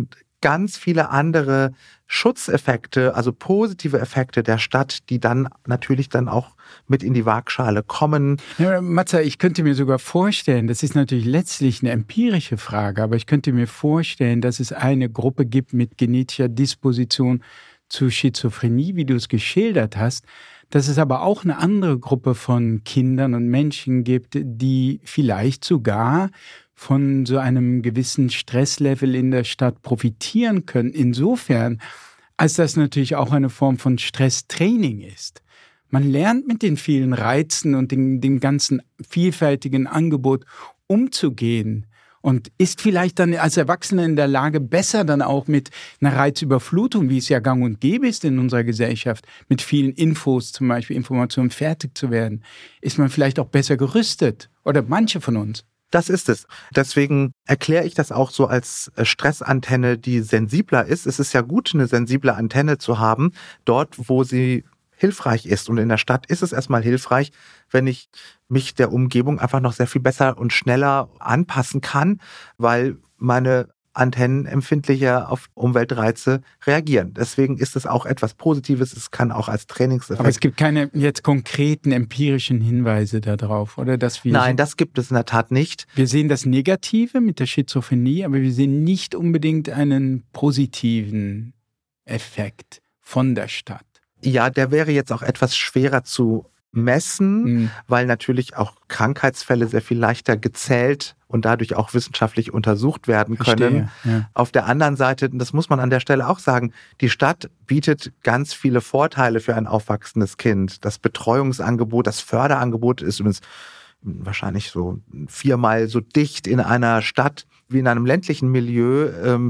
[SPEAKER 2] ganz viele andere Schutzeffekte, also positive Effekte der Stadt, die dann natürlich dann auch mit in die Waagschale kommen.
[SPEAKER 1] Ja, Matza, ich könnte mir sogar vorstellen, das ist natürlich letztlich eine empirische Frage, aber ich könnte mir vorstellen, dass es eine Gruppe gibt mit genetischer Disposition zu Schizophrenie, wie du es geschildert hast, dass es aber auch eine andere Gruppe von Kindern und Menschen gibt, die vielleicht sogar von so einem gewissen Stresslevel in der Stadt profitieren können. Insofern, als das natürlich auch eine Form von Stresstraining ist. Man lernt mit den vielen Reizen und dem ganzen vielfältigen Angebot umzugehen und ist vielleicht dann als Erwachsener in der Lage, besser dann auch mit einer Reizüberflutung, wie es ja gang und gäbe ist in unserer Gesellschaft, mit vielen Infos, zum Beispiel Informationen, fertig zu werden, ist man vielleicht auch besser gerüstet. Oder manche von uns.
[SPEAKER 2] Das ist es. Deswegen erkläre ich das auch so als Stressantenne, die sensibler ist. Es ist ja gut, eine sensible Antenne zu haben, dort, wo sie hilfreich ist. Und in der Stadt ist es erstmal hilfreich, wenn ich mich der Umgebung einfach noch sehr viel besser und schneller anpassen kann, weil meine Antennen empfindlicher auf Umweltreize reagieren. Deswegen ist es auch etwas Positives. Es kann auch als Trainingseffekt.
[SPEAKER 1] Aber es gibt keine jetzt konkreten empirischen Hinweise darauf, oder?
[SPEAKER 2] Nein, das gibt es in der Tat nicht.
[SPEAKER 1] Wir sehen das Negative mit der Schizophrenie, aber wir sehen nicht unbedingt einen positiven Effekt von der Stadt.
[SPEAKER 2] Ja, der wäre jetzt auch etwas schwerer zu messen, weil natürlich auch Krankheitsfälle sehr viel leichter gezählt und dadurch auch wissenschaftlich untersucht werden können. Ja. Auf der anderen Seite, das muss man an der Stelle auch sagen, die Stadt bietet ganz viele Vorteile für ein aufwachsendes Kind. Das Betreuungsangebot, das Förderangebot ist übrigens wahrscheinlich so 4-mal so dicht in einer Stadt wie in einem ländlichen Milieu.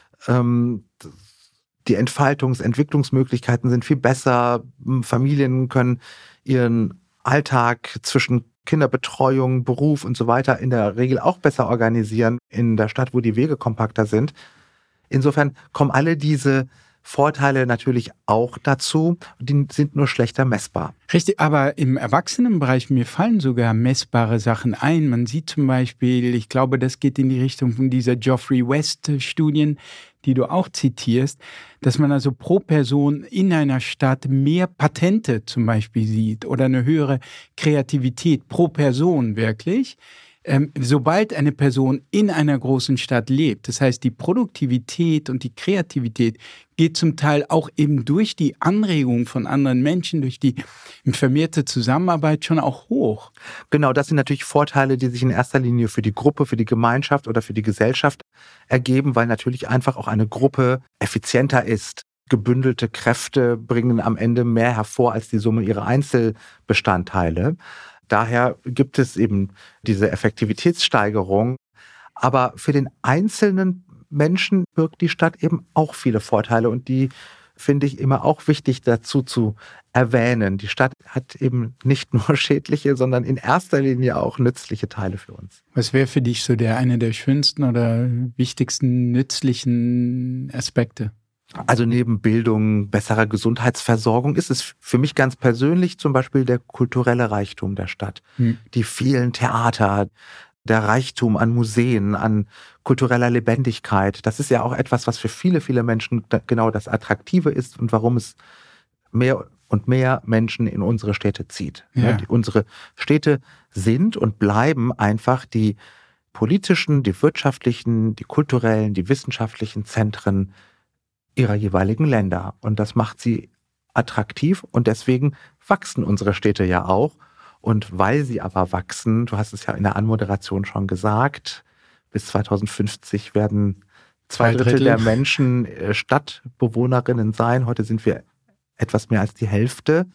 [SPEAKER 2] Die Entwicklungsmöglichkeiten sind viel besser. Familien können ihren Alltag zwischen Kinderbetreuung, Beruf und so weiter in der Regel auch besser organisieren in der Stadt, wo die Wege kompakter sind. Insofern kommen alle diese Vorteile natürlich auch dazu, die sind nur schlechter messbar.
[SPEAKER 1] Richtig, aber im Erwachsenenbereich, mir fallen sogar messbare Sachen ein. Man sieht zum Beispiel, ich glaube, das geht in die Richtung von dieser Geoffrey West-Studien, die du auch zitierst, dass man also pro Person in einer Stadt mehr Patente zum Beispiel sieht oder eine höhere Kreativität pro Person wirklich. Sobald eine Person in einer großen Stadt lebt, das heißt, die Produktivität und die Kreativität geht zum Teil auch eben durch die Anregung von anderen Menschen, durch die vermehrte Zusammenarbeit schon auch hoch.
[SPEAKER 2] Genau, das sind natürlich Vorteile, die sich in erster Linie für die Gruppe, für die Gemeinschaft oder für die Gesellschaft ergeben, weil natürlich einfach auch eine Gruppe effizienter ist. Gebündelte Kräfte bringen am Ende mehr hervor als die Summe ihrer Einzelbestandteile. Daher gibt es eben diese Effektivitätssteigerung. Aber für den einzelnen Menschen birgt die Stadt eben auch viele Vorteile. Und die finde ich immer auch wichtig dazu zu erwähnen. Die Stadt hat eben nicht nur schädliche, sondern in erster Linie auch nützliche Teile für uns.
[SPEAKER 1] Was wäre für dich so einer der schönsten oder wichtigsten nützlichen Aspekte?
[SPEAKER 2] Also neben Bildung, besserer Gesundheitsversorgung ist es für mich ganz persönlich zum Beispiel der kulturelle Reichtum der Stadt. Die vielen Theater, der Reichtum an Museen, an kultureller Lebendigkeit. Das ist ja auch etwas, was für viele, viele Menschen genau das Attraktive ist und warum es mehr und mehr Menschen in unsere Städte zieht. Ja. Unsere Städte sind und bleiben einfach die politischen, die wirtschaftlichen, die kulturellen, die wissenschaftlichen Zentren ihrer jeweiligen Länder. Und das macht sie attraktiv und deswegen wachsen unsere Städte ja auch. Und weil sie aber wachsen, du hast es ja in der Anmoderation schon gesagt, bis 2050 werden 2/3 der Menschen Stadtbewohnerinnen sein. Heute sind wir etwas mehr als die Hälfte.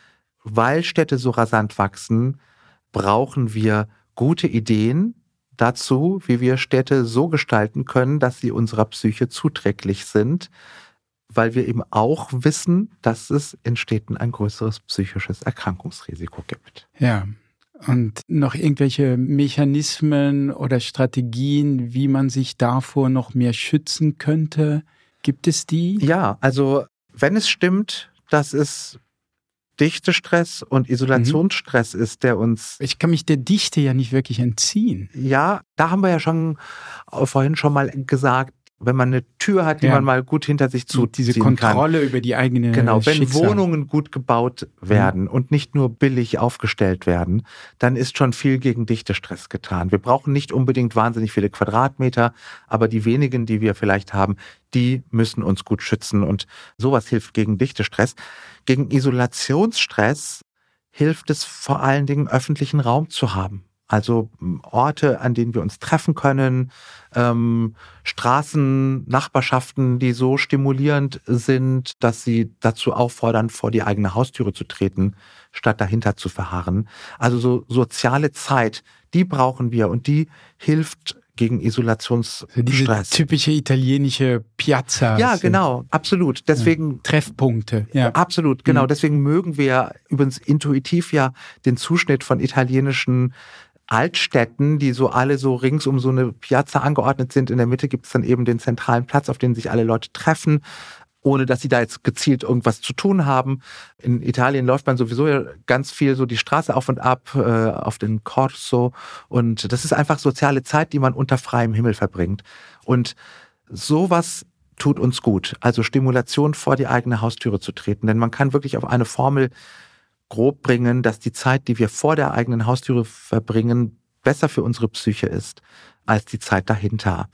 [SPEAKER 2] Weil Städte so rasant wachsen, brauchen wir gute Ideen dazu, wie wir Städte so gestalten können, dass sie unserer Psyche zuträglich sind, weil wir eben auch wissen, dass es in Städten ein größeres psychisches Erkrankungsrisiko gibt.
[SPEAKER 1] Ja, und noch irgendwelche Mechanismen oder Strategien, wie man sich davor noch mehr schützen könnte? Gibt es die?
[SPEAKER 2] Ja, also wenn es stimmt, dass es Dichtestress und Isolationsstress ist, der uns...
[SPEAKER 1] Ich kann mich der Dichte ja nicht wirklich entziehen.
[SPEAKER 2] Ja, da haben wir ja vorhin schon mal gesagt, wenn man eine Tür hat, die man mal gut hinter sich zuziehen
[SPEAKER 1] diese Kontrolle über die eigene
[SPEAKER 2] Genau, wenn
[SPEAKER 1] Schicksal.
[SPEAKER 2] Wohnungen gut gebaut werden und nicht nur billig aufgestellt werden, dann ist schon viel gegen Dichtestress getan. Wir brauchen nicht unbedingt wahnsinnig viele Quadratmeter, aber die wenigen, die wir vielleicht haben, die müssen uns gut schützen und sowas hilft gegen Dichtestress. Gegen Isolationsstress hilft es vor allen Dingen, öffentlichen Raum zu haben. Also Orte, an denen wir uns treffen können, Straßen, Nachbarschaften, die so stimulierend sind, dass sie dazu auffordern, vor die eigene Haustüre zu treten, statt dahinter zu verharren. Also so soziale Zeit, die brauchen wir und die hilft gegen Isolationsstress.
[SPEAKER 1] Diese typische italienische Piazza.
[SPEAKER 2] Ja, genau, absolut. Deswegen
[SPEAKER 1] Treffpunkte. Ja.
[SPEAKER 2] Absolut, genau. Deswegen mögen wir übrigens intuitiv ja den Zuschnitt von italienischen Altstädten, die so alle so rings um so eine Piazza angeordnet sind. In der Mitte gibt es dann eben den zentralen Platz, auf dem sich alle Leute treffen, ohne dass sie da jetzt gezielt irgendwas zu tun haben. In Italien läuft man sowieso ja ganz viel so die Straße auf und ab, auf den Corso. Und das ist einfach soziale Zeit, die man unter freiem Himmel verbringt. Und sowas tut uns gut. Also Stimulation vor die eigene Haustüre zu treten. Denn man kann wirklich auf eine Formel grob bringen, dass die Zeit, die wir vor der eigenen Haustüre verbringen, besser für unsere Psyche ist als die Zeit dahinter.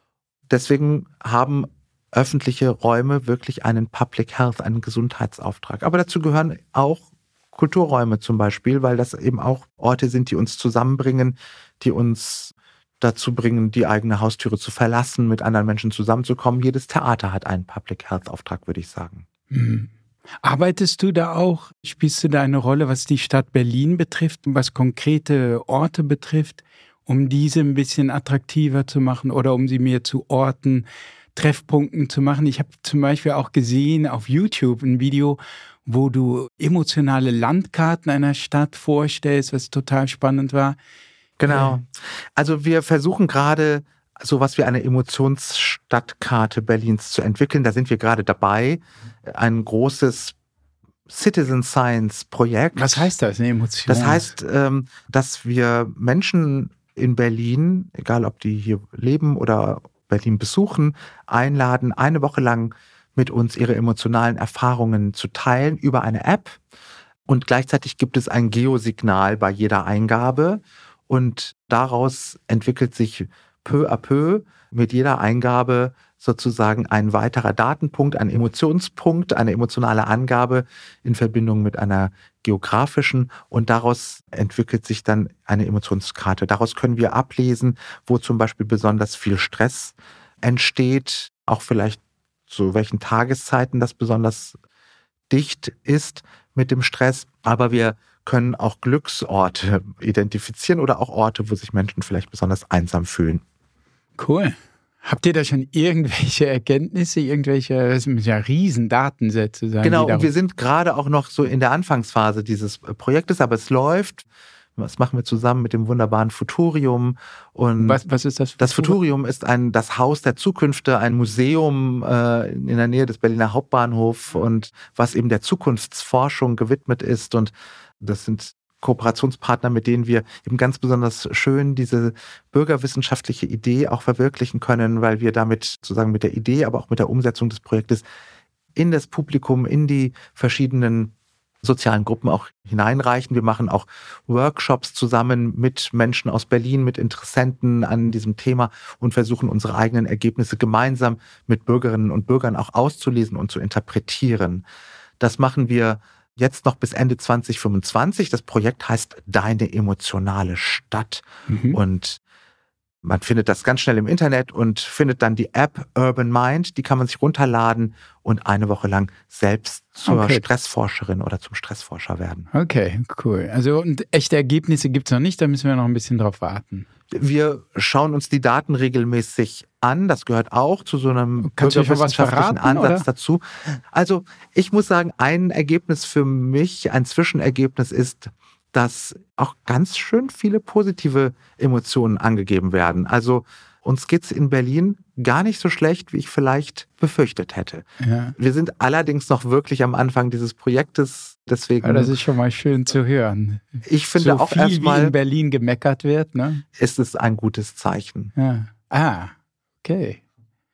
[SPEAKER 2] Deswegen haben öffentliche Räume wirklich einen Public Health, einen Gesundheitsauftrag. Aber dazu gehören auch Kulturräume zum Beispiel, weil das eben auch Orte sind, die uns zusammenbringen, die uns dazu bringen, die eigene Haustüre zu verlassen, mit anderen Menschen zusammenzukommen. Jedes Theater hat einen Public Health Auftrag, würde ich sagen.
[SPEAKER 1] Mhm. Arbeitest du da auch? Spielst du da eine Rolle, was die Stadt Berlin betrifft, was konkrete Orte betrifft, um diese ein bisschen attraktiver zu machen oder um sie mehr zu Orten, Treffpunkten zu machen? Ich habe zum Beispiel auch gesehen auf YouTube ein Video, wo du emotionale Landkarten einer Stadt vorstellst, was total spannend war.
[SPEAKER 2] Genau. Also wir versuchen gerade sowas wie eine Emotionsstadtkarte Berlins zu entwickeln. Da sind wir gerade dabei. Ein großes Citizen Science Projekt.
[SPEAKER 1] Was heißt das, eine Emotion?
[SPEAKER 2] Das heißt, dass wir Menschen in Berlin, egal ob die hier leben oder Berlin besuchen, einladen, eine Woche lang mit uns ihre emotionalen Erfahrungen zu teilen über eine App. Und gleichzeitig gibt es ein Geosignal bei jeder Eingabe. Und daraus entwickelt sich peu à peu mit jeder Eingabe sozusagen ein weiterer Datenpunkt, ein Emotionspunkt, eine emotionale Angabe in Verbindung mit einer geografischen, und daraus entwickelt sich dann eine Emotionskarte. Daraus können wir ablesen, wo zum Beispiel besonders viel Stress entsteht, auch vielleicht zu welchen Tageszeiten das besonders dicht ist mit dem Stress, aber wir können auch Glücksorte identifizieren oder auch Orte, wo sich Menschen vielleicht besonders einsam fühlen.
[SPEAKER 1] Cool. Habt ihr da schon irgendwelche Erkenntnisse, das müssen ja riesen Datensätze sein?
[SPEAKER 2] Genau, und wir sind gerade auch noch so in der Anfangsphase dieses Projektes, aber es läuft. Das machen wir zusammen mit dem wunderbaren Futurium. Und
[SPEAKER 1] was ist das?
[SPEAKER 2] Das Futurium ist das Haus der Zukünfte, ein Museum in der Nähe des Berliner Hauptbahnhofs, und was eben der Zukunftsforschung gewidmet ist. Und das sind Kooperationspartner, mit denen wir eben ganz besonders schön diese bürgerwissenschaftliche Idee auch verwirklichen können, weil wir damit sozusagen mit der Idee, aber auch mit der Umsetzung des Projektes in das Publikum, in die verschiedenen sozialen Gruppen auch hineinreichen. Wir machen auch Workshops zusammen mit Menschen aus Berlin, mit Interessenten an diesem Thema und versuchen unsere eigenen Ergebnisse gemeinsam mit Bürgerinnen und Bürgern auch auszulesen und zu interpretieren. Das machen wir jetzt noch bis Ende 2025. Das Projekt heißt Deine emotionale Stadt. Und man findet das ganz schnell im Internet und findet dann die App Urban Mind. Die kann man sich runterladen und eine Woche lang selbst zur Stressforscherin oder zum Stressforscher werden.
[SPEAKER 1] Okay, cool. Also und echte Ergebnisse gibt es noch nicht, da müssen wir noch ein bisschen drauf warten.
[SPEAKER 2] Wir schauen uns die Daten regelmäßig an. Das gehört auch zu so einem bürgerwissenschaftlichen Ansatz dazu. Also ich muss sagen, ein Ergebnis für mich, ein Zwischenergebnis ist, dass auch ganz schön viele positive Emotionen angegeben werden. Also uns geht's in Berlin gar nicht so schlecht, wie ich vielleicht befürchtet hätte. Ja. Wir sind allerdings noch wirklich am Anfang dieses Projektes. Deswegen,
[SPEAKER 1] ja, das ist schon mal schön zu hören.
[SPEAKER 2] Ich finde so auch
[SPEAKER 1] viel
[SPEAKER 2] erstmal,
[SPEAKER 1] wie in Berlin gemeckert wird, ne?
[SPEAKER 2] Ist es ein gutes Zeichen.
[SPEAKER 1] Ja. Ah, okay.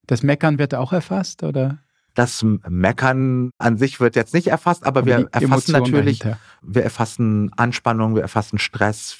[SPEAKER 1] Das Meckern wird auch erfasst, oder?
[SPEAKER 2] Das Meckern an sich wird jetzt nicht erfasst, aber wir erfassen natürlich,
[SPEAKER 1] dahinter.
[SPEAKER 2] wir erfassen Anspannung, wir erfassen Stress,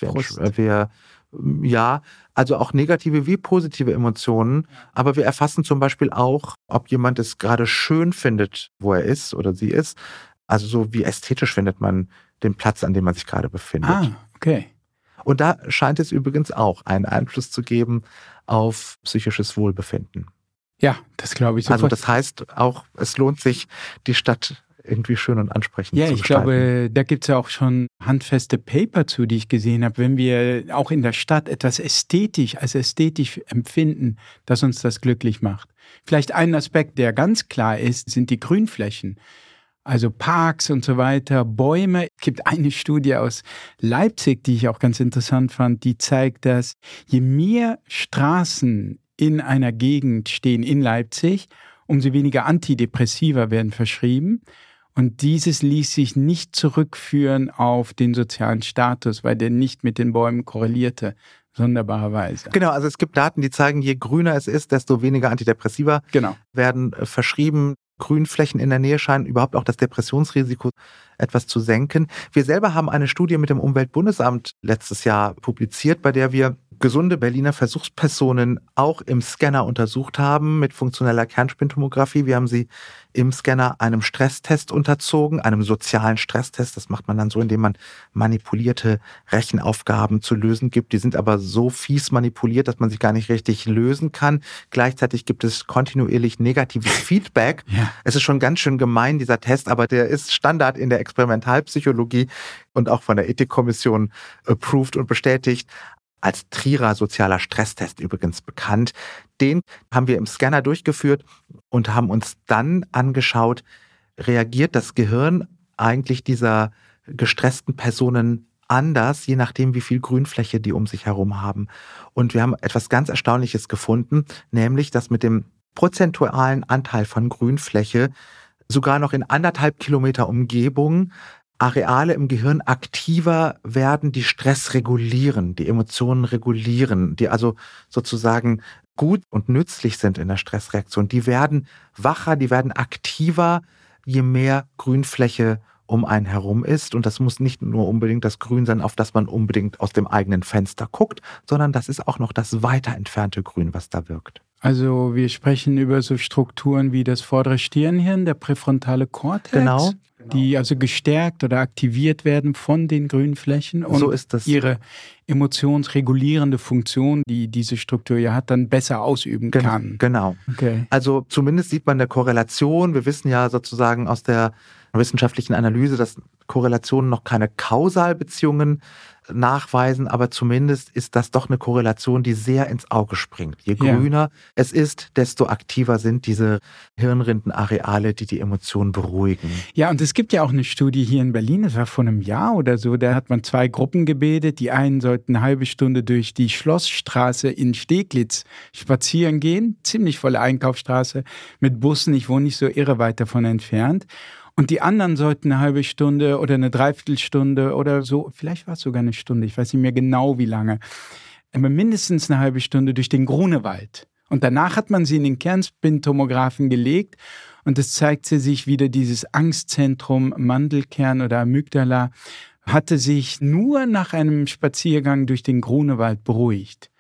[SPEAKER 2] also auch negative wie positive Emotionen, aber wir erfassen zum Beispiel auch, ob jemand es gerade schön findet, wo er ist oder sie ist. Also so wie ästhetisch findet man den Platz, an dem man sich gerade befindet.
[SPEAKER 1] Ah, okay.
[SPEAKER 2] Und da scheint es übrigens auch einen Einfluss zu geben auf psychisches Wohlbefinden.
[SPEAKER 1] Ja, das glaube ich sofort.
[SPEAKER 2] Also das heißt auch, es lohnt sich, die Stadt irgendwie schön und ansprechend zu gestalten.
[SPEAKER 1] Ja, ich glaube, da gibt es ja auch schon handfeste Paper zu, die ich gesehen habe. Wenn wir auch in der Stadt etwas als ästhetisch empfinden, dass uns das glücklich macht. Vielleicht ein Aspekt, der ganz klar ist, sind die Grünflächen. Also Parks und so weiter, Bäume. Es gibt eine Studie aus Leipzig, die ich auch ganz interessant fand, die zeigt, dass je mehr Straßen in einer Gegend stehen in Leipzig, umso weniger Antidepressiva werden verschrieben. Und dieses ließ sich nicht zurückführen auf den sozialen Status, weil der nicht mit den Bäumen korrelierte, sonderbarerweise.
[SPEAKER 2] Genau, also es gibt Daten, die zeigen, je grüner es ist, desto weniger Antidepressiva werden verschrieben. Grünflächen in der Nähe scheinen überhaupt auch das Depressionsrisiko etwas zu senken. Wir selber haben eine Studie mit dem Umweltbundesamt letztes Jahr publiziert, bei der wir gesunde Berliner Versuchspersonen auch im Scanner untersucht haben mit funktioneller Kernspintomographie. Wir haben sie im Scanner einem Stresstest unterzogen, einem sozialen Stresstest. Das macht man dann so, indem man manipulierte Rechenaufgaben zu lösen gibt. Die sind aber so fies manipuliert, dass man sie gar nicht richtig lösen kann. Gleichzeitig gibt es kontinuierlich negatives Feedback.
[SPEAKER 1] Ja.
[SPEAKER 2] Es ist schon ganz schön gemein, dieser Test, aber der ist Standard in der Experimentalpsychologie und auch von der Ethikkommission approved und bestätigt. Als Trierer sozialer Stresstest übrigens bekannt. Den haben wir im Scanner durchgeführt und haben uns dann angeschaut, reagiert das Gehirn eigentlich dieser gestressten Personen anders, je nachdem, wie viel Grünfläche die um sich herum haben. Und wir haben etwas ganz Erstaunliches gefunden, nämlich, dass mit dem prozentualen Anteil von Grünfläche sogar noch in 1,5 Kilometer Umgebung Areale im Gehirn aktiver werden, die Stress regulieren, die Emotionen regulieren, die also sozusagen gut und nützlich sind in der Stressreaktion. Die werden wacher, die werden aktiver, je mehr Grünfläche um einen herum ist. Und das muss nicht nur unbedingt das Grün sein, auf das man unbedingt aus dem eigenen Fenster guckt, sondern das ist auch noch das weiter entfernte Grün, was da wirkt.
[SPEAKER 1] Also wir sprechen über so Strukturen wie das vordere Stirnhirn, der präfrontale Kortex.
[SPEAKER 2] Genau.
[SPEAKER 1] Die also gestärkt oder aktiviert werden von den Grünflächen und
[SPEAKER 2] so ist das.
[SPEAKER 1] Ihre emotionsregulierende Funktion, die diese Struktur ja hat, dann besser ausüben kann.
[SPEAKER 2] Genau.
[SPEAKER 1] Okay.
[SPEAKER 2] Also zumindest sieht man eine Korrelation. Wir wissen ja sozusagen aus der wissenschaftlichen Analyse, dass Korrelationen noch keine Kausalbeziehungen nachweisen, aber zumindest ist das doch eine Korrelation, die sehr ins Auge springt. Je grüner es ist, desto aktiver sind diese Hirnrindenareale, die die Emotionen beruhigen.
[SPEAKER 1] Ja, und es gibt ja auch eine Studie hier in Berlin, das war vor einem Jahr oder so, da hat man 2 Gruppen gebildet. Die einen sollten eine halbe Stunde durch die Schlossstraße in Steglitz spazieren gehen, ziemlich volle Einkaufsstraße mit Bussen, ich wohne nicht so irre weit davon entfernt. Und die anderen sollten eine halbe Stunde oder eine Dreiviertelstunde oder so, vielleicht war es sogar eine Stunde, ich weiß nicht mehr genau wie lange, aber mindestens eine halbe Stunde durch den Grunewald. Und danach hat man sie in den Kernspintomographen gelegt und es zeigte sich wieder, dieses Angstzentrum Mandelkern oder Amygdala hatte sich nur nach einem Spaziergang durch den Grunewald beruhigt.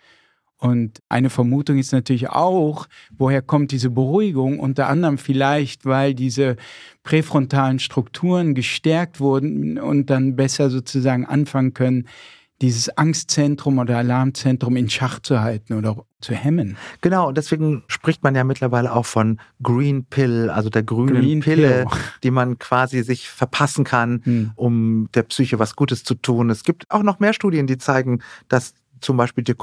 [SPEAKER 1] Und eine Vermutung ist natürlich auch, woher kommt diese Beruhigung? Unter anderem vielleicht, weil diese präfrontalen Strukturen gestärkt wurden und dann besser sozusagen anfangen können, dieses Angstzentrum oder Alarmzentrum in Schach zu halten oder zu hemmen.
[SPEAKER 2] Genau, und deswegen spricht man ja mittlerweile auch von Green Pill, also der grünen Pille, die man quasi sich verpassen kann, um der Psyche was Gutes zu tun. Es gibt auch noch mehr Studien, die zeigen, dass zum Beispiel die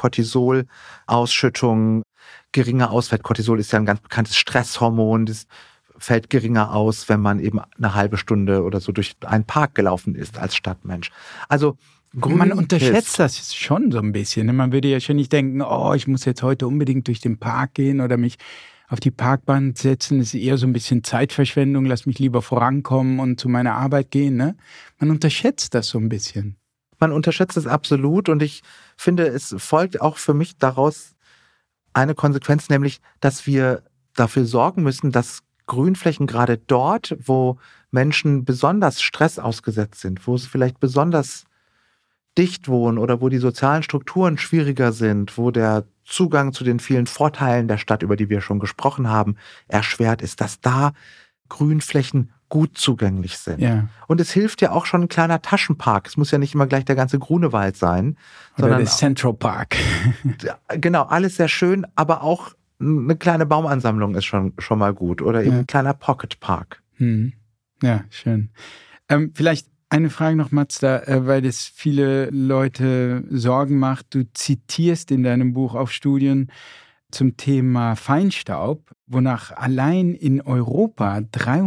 [SPEAKER 2] Cortisolausschüttung geringer ausfällt. Cortisol ist ja ein ganz bekanntes Stresshormon, das fällt geringer aus, wenn man eben eine halbe Stunde oder so durch einen Park gelaufen ist als Stadtmensch. Also
[SPEAKER 1] man unterschätzt das schon so ein bisschen. Man würde ja schon nicht denken, oh, ich muss jetzt heute unbedingt durch den Park gehen oder mich auf die Parkbahn setzen. Das ist eher so ein bisschen Zeitverschwendung. Lass mich lieber vorankommen und zu meiner Arbeit gehen. Ne? Man unterschätzt das so ein bisschen.
[SPEAKER 2] Man unterschätzt es absolut und ich finde, es folgt auch für mich daraus eine Konsequenz, nämlich, dass wir dafür sorgen müssen, dass Grünflächen gerade dort, wo Menschen besonders Stress ausgesetzt sind, wo es vielleicht besonders dicht wohnen oder wo die sozialen Strukturen schwieriger sind, wo der Zugang zu den vielen Vorteilen der Stadt, über die wir schon gesprochen haben, erschwert ist, dass da Grünflächen gut zugänglich sind.
[SPEAKER 1] Ja.
[SPEAKER 2] Und es hilft ja auch schon ein kleiner Taschenpark. Es muss ja nicht immer gleich der ganze Grunewald sein.
[SPEAKER 1] Oder
[SPEAKER 2] sondern
[SPEAKER 1] der Central Park.
[SPEAKER 2] Genau, alles sehr schön, aber auch eine kleine Baumansammlung ist schon mal gut. Oder eben ein kleiner Pocket Park.
[SPEAKER 1] Ja, schön. Vielleicht eine Frage noch, Mazda, weil das viele Leute Sorgen macht. Du zitierst in deinem Buch auch Studien zum Thema Feinstaub, wonach allein in Europa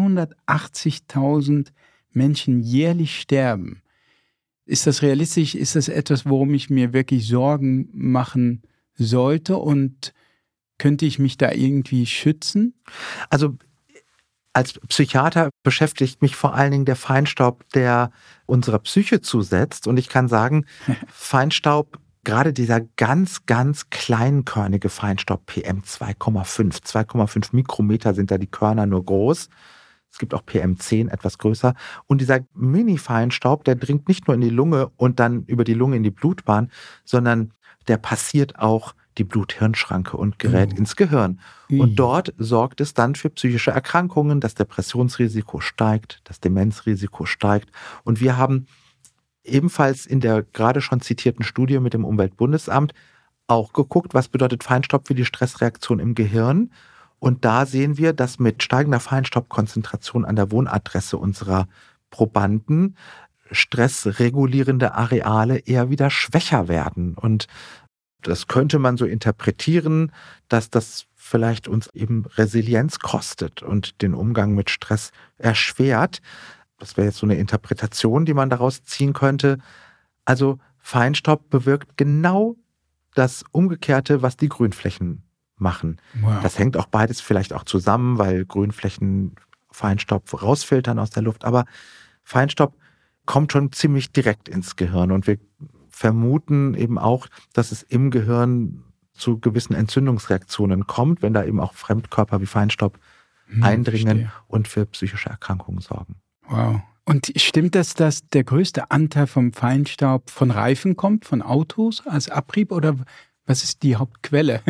[SPEAKER 1] 380.000 Menschen jährlich sterben. Ist das realistisch? Ist das etwas, worum ich mir wirklich Sorgen machen sollte? Und könnte ich mich da irgendwie schützen?
[SPEAKER 2] Also als Psychiater beschäftigt mich vor allen Dingen der Feinstaub, der unserer Psyche zusetzt. Und ich kann sagen, Feinstaub, gerade dieser ganz, ganz kleinkörnige Feinstaub, PM2,5, 2,5 Mikrometer sind da die Körner nur groß. Es gibt auch PM10, etwas größer. Und dieser Mini-Feinstaub, der dringt nicht nur in die Lunge und dann über die Lunge in die Blutbahn, sondern der passiert auch die Blut-Hirn-Schranke und gerät ins Gehirn. Und dort sorgt es dann für psychische Erkrankungen, das Depressionsrisiko steigt, das Demenzrisiko steigt. Und wir haben ebenfalls in der gerade schon zitierten Studie mit dem Umweltbundesamt auch geguckt, was bedeutet Feinstaub für die Stressreaktion im Gehirn. Und da sehen wir, dass mit steigender Feinstaubkonzentration an der Wohnadresse unserer Probanden stressregulierende Areale eher wieder schwächer werden. Und das könnte man so interpretieren, dass das vielleicht uns eben Resilienz kostet und den Umgang mit Stress erschwert. Das wäre jetzt so eine Interpretation, die man daraus ziehen könnte. Also Feinstaub bewirkt genau das Umgekehrte, was die Grünflächen machen. Wow. Das hängt auch beides vielleicht auch zusammen, weil Grünflächen Feinstaub rausfiltern aus der Luft. Aber Feinstaub kommt schon ziemlich direkt ins Gehirn. Und wir vermuten eben auch, dass es im Gehirn zu gewissen Entzündungsreaktionen kommt, wenn da eben auch Fremdkörper wie Feinstaub eindringen und für psychische Erkrankungen sorgen.
[SPEAKER 1] Wow. Und stimmt das, dass der größte Anteil vom Feinstaub von Reifen kommt, von Autos als Abrieb, oder was ist die Hauptquelle?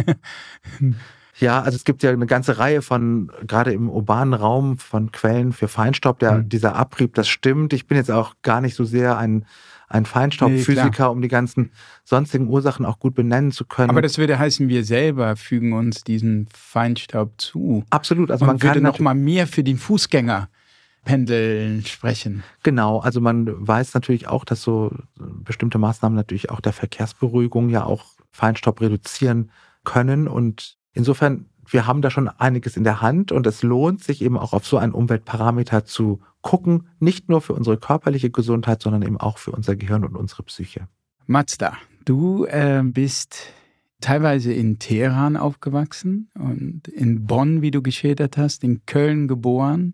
[SPEAKER 2] Ja, also es gibt ja eine ganze Reihe von, gerade im urbanen Raum, von Quellen für Feinstaub. Dieser Abrieb, das stimmt. Ich bin jetzt auch gar nicht so sehr ein Feinstaubphysiker, um die ganzen sonstigen Ursachen auch gut benennen zu können.
[SPEAKER 1] Aber das würde heißen, wir selber fügen uns diesen Feinstaub zu.
[SPEAKER 2] Absolut. Also
[SPEAKER 1] man würde noch mal mehr für den Fußgängerpendeln sprechen.
[SPEAKER 2] Genau. Also man weiß natürlich auch, dass so bestimmte Maßnahmen natürlich auch der Verkehrsberuhigung ja auch Feinstaub reduzieren können. Und insofern, wir haben da schon einiges in der Hand und es lohnt sich eben auch auf so einen Umweltparameter zu gucken, nicht nur für unsere körperliche Gesundheit, sondern eben auch für unser Gehirn und unsere Psyche.
[SPEAKER 1] Mazda, du bist teilweise in Teheran aufgewachsen und in Bonn, wie du geschildert hast, in Köln geboren,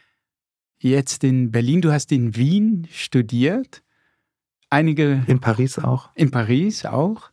[SPEAKER 1] jetzt in Berlin. Du hast in Wien studiert,
[SPEAKER 2] in Paris auch.
[SPEAKER 1] In Paris auch.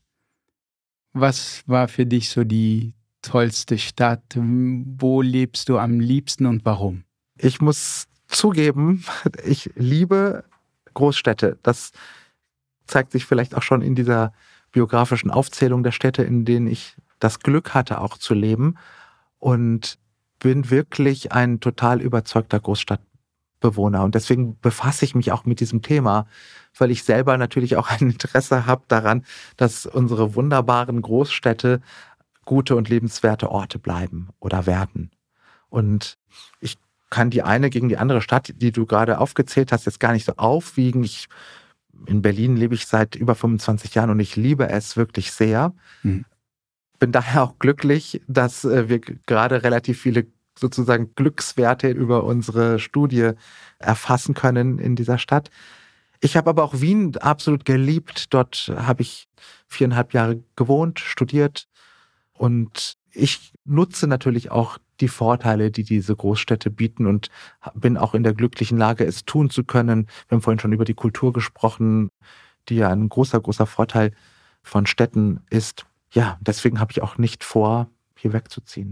[SPEAKER 1] Was war für dich so die tollste Stadt? Wo lebst du am liebsten und warum?
[SPEAKER 2] Ich muss zugeben, ich liebe Großstädte. Das zeigt sich vielleicht auch schon in dieser biografischen Aufzählung der Städte, in denen ich das Glück hatte, auch zu leben. Und bin wirklich ein total überzeugter Großstadtbewohner. Und deswegen befasse ich mich auch mit diesem Thema, weil ich selber natürlich auch ein Interesse habe daran, dass unsere wunderbaren Großstädte gute und lebenswerte Orte bleiben oder werden. Und ich kann die eine gegen die andere Stadt, die du gerade aufgezählt hast, jetzt gar nicht so aufwiegen. In Berlin lebe ich seit über 25 Jahren und ich liebe es wirklich sehr. Bin daher auch glücklich, dass wir gerade relativ viele sozusagen Glückswerte über unsere Studie erfassen können in dieser Stadt. Ich habe aber auch Wien absolut geliebt. Dort habe ich 4,5 Jahre gewohnt, studiert. Und ich nutze natürlich auch die Vorteile, die diese Großstädte bieten und bin auch in der glücklichen Lage, es tun zu können. Wir haben vorhin schon über die Kultur gesprochen, die ja ein großer, großer Vorteil von Städten ist. Ja, deswegen habe ich auch nicht vor, hier wegzuziehen.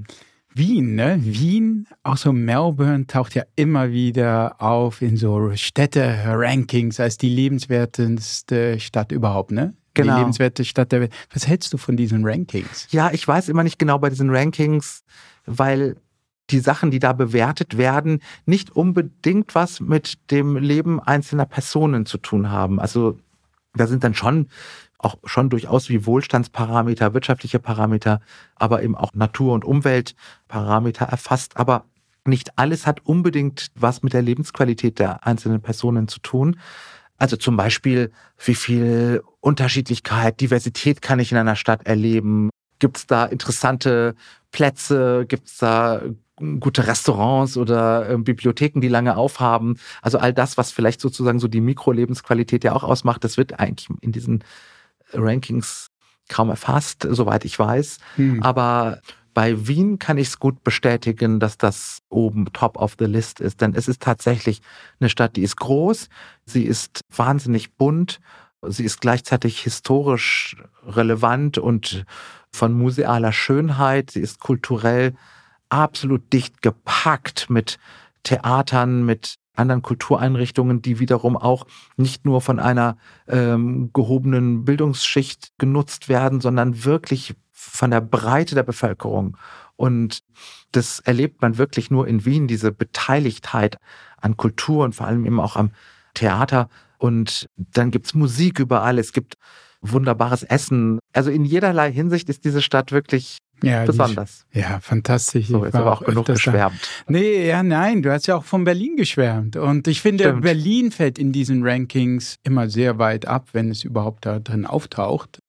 [SPEAKER 1] Wien, ne? Wien, auch so Melbourne, taucht ja immer wieder auf in so Städte-Rankings als die lebenswerteste Stadt überhaupt, ne?
[SPEAKER 2] Genau.
[SPEAKER 1] Die lebenswerte Stadt der Welt. Was hältst du von diesen Rankings?
[SPEAKER 2] Ja, ich weiß immer nicht genau bei diesen Rankings, weil die Sachen, die da bewertet werden, nicht unbedingt was mit dem Leben einzelner Personen zu tun haben. Also da sind dann schon durchaus wie Wohlstandsparameter, wirtschaftliche Parameter, aber eben auch Natur- und Umweltparameter erfasst. Aber nicht alles hat unbedingt was mit der Lebensqualität der einzelnen Personen zu tun. Also zum Beispiel, wie viel Unterschiedlichkeit, Diversität kann ich in einer Stadt erleben? Gibt es da interessante Plätze? Gibt es da gute Restaurants oder Bibliotheken, die lange aufhaben? Also all das, was vielleicht sozusagen so die Mikrolebensqualität ja auch ausmacht, das wird eigentlich in diesen Rankings kaum erfasst, soweit ich weiß. Aber bei Wien kann ich es gut bestätigen, dass das oben top of the list ist. Denn es ist tatsächlich eine Stadt, die ist groß, sie ist wahnsinnig bunt, sie ist gleichzeitig historisch relevant und von musealer Schönheit. Sie ist kulturell absolut dicht gepackt mit Theatern, mit anderen Kultureinrichtungen, die wiederum auch nicht nur von einer gehobenen Bildungsschicht genutzt werden, sondern wirklich von der Breite der Bevölkerung. Und das erlebt man wirklich nur in Wien, diese Beteiligtheit an Kultur und vor allem eben auch am Theater. Und dann gibt's Musik überall, es gibt wunderbares Essen. Also in jederlei Hinsicht ist diese Stadt wirklich besonders.
[SPEAKER 1] Ja, fantastisch.
[SPEAKER 2] So, jetzt aber auch genug geschwärmt.
[SPEAKER 1] Nein, du hast ja auch von Berlin geschwärmt. Und ich finde,
[SPEAKER 2] Stimmt.
[SPEAKER 1] Berlin fällt in diesen Rankings immer sehr weit ab, wenn es überhaupt da drin auftaucht.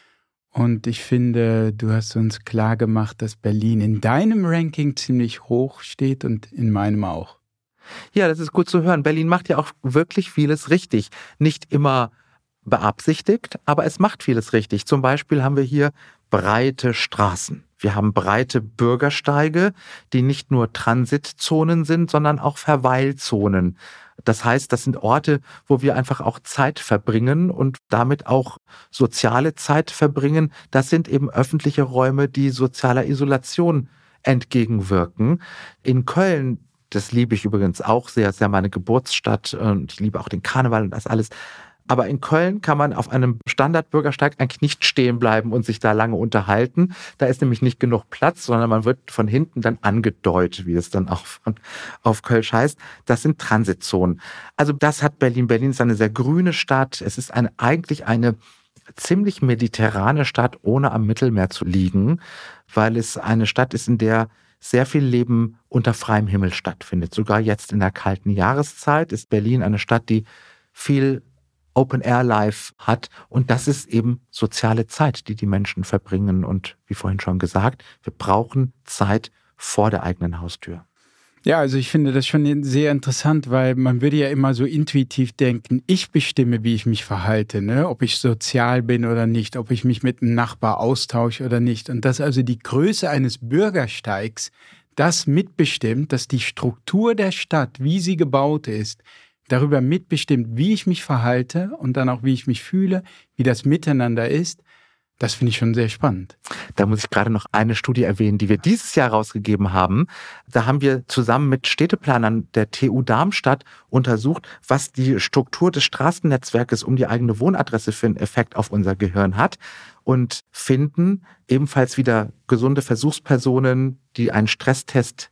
[SPEAKER 1] Und ich finde, du hast uns klar gemacht, dass Berlin in deinem Ranking ziemlich hoch steht und in meinem auch.
[SPEAKER 2] Ja, das ist gut zu hören. Berlin macht ja auch wirklich vieles richtig. Nicht immer beabsichtigt, aber es macht vieles richtig. Zum Beispiel haben wir hier breite Straßen. Wir haben breite Bürgersteige, die nicht nur Transitzonen sind, sondern auch Verweilzonen. Das heißt, das sind Orte, wo wir einfach auch Zeit verbringen und damit auch soziale Zeit verbringen. Das sind eben öffentliche Räume, die sozialer Isolation entgegenwirken. In Köln, das liebe ich übrigens auch sehr, ist ja meine Geburtsstadt und ich liebe auch den Karneval und das alles. Aber in Köln kann man auf einem Standardbürgersteig eigentlich nicht stehen bleiben und sich da lange unterhalten. Da ist nämlich nicht genug Platz, sondern man wird von hinten dann angedeutet, wie es dann auch auf Kölsch heißt. Das sind Transitzonen. Also das hat Berlin. Berlin ist eine sehr grüne Stadt. Es ist eigentlich eine ziemlich mediterrane Stadt, ohne am Mittelmeer zu liegen, weil es eine Stadt ist, in der sehr viel Leben unter freiem Himmel stattfindet. Sogar jetzt in der kalten Jahreszeit ist Berlin eine Stadt, die viel Open-Air-Life hat. Und das ist eben soziale Zeit, die die Menschen verbringen. Und wie vorhin schon gesagt, wir brauchen Zeit vor der eigenen Haustür.
[SPEAKER 1] Ja, also ich finde das schon sehr interessant, weil man würde ja immer so intuitiv denken, ich bestimme, wie ich mich verhalte, ne? Ob ich sozial bin oder nicht, ob ich mich mit einem Nachbar austausche oder nicht. Und dass also die Größe eines Bürgersteigs das mitbestimmt, dass die Struktur der Stadt, wie sie gebaut ist, darüber mitbestimmt, wie ich mich verhalte und dann auch, wie ich mich fühle, wie das Miteinander ist. Das finde ich schon sehr spannend.
[SPEAKER 2] Da muss ich gerade noch eine Studie erwähnen, die wir dieses Jahr rausgegeben haben. Da haben wir zusammen mit Städteplanern der TU Darmstadt untersucht, was die Struktur des Straßennetzwerkes um die eigene Wohnadresse für einen Effekt auf unser Gehirn hat und finden ebenfalls wieder gesunde Versuchspersonen, die einen Stresstest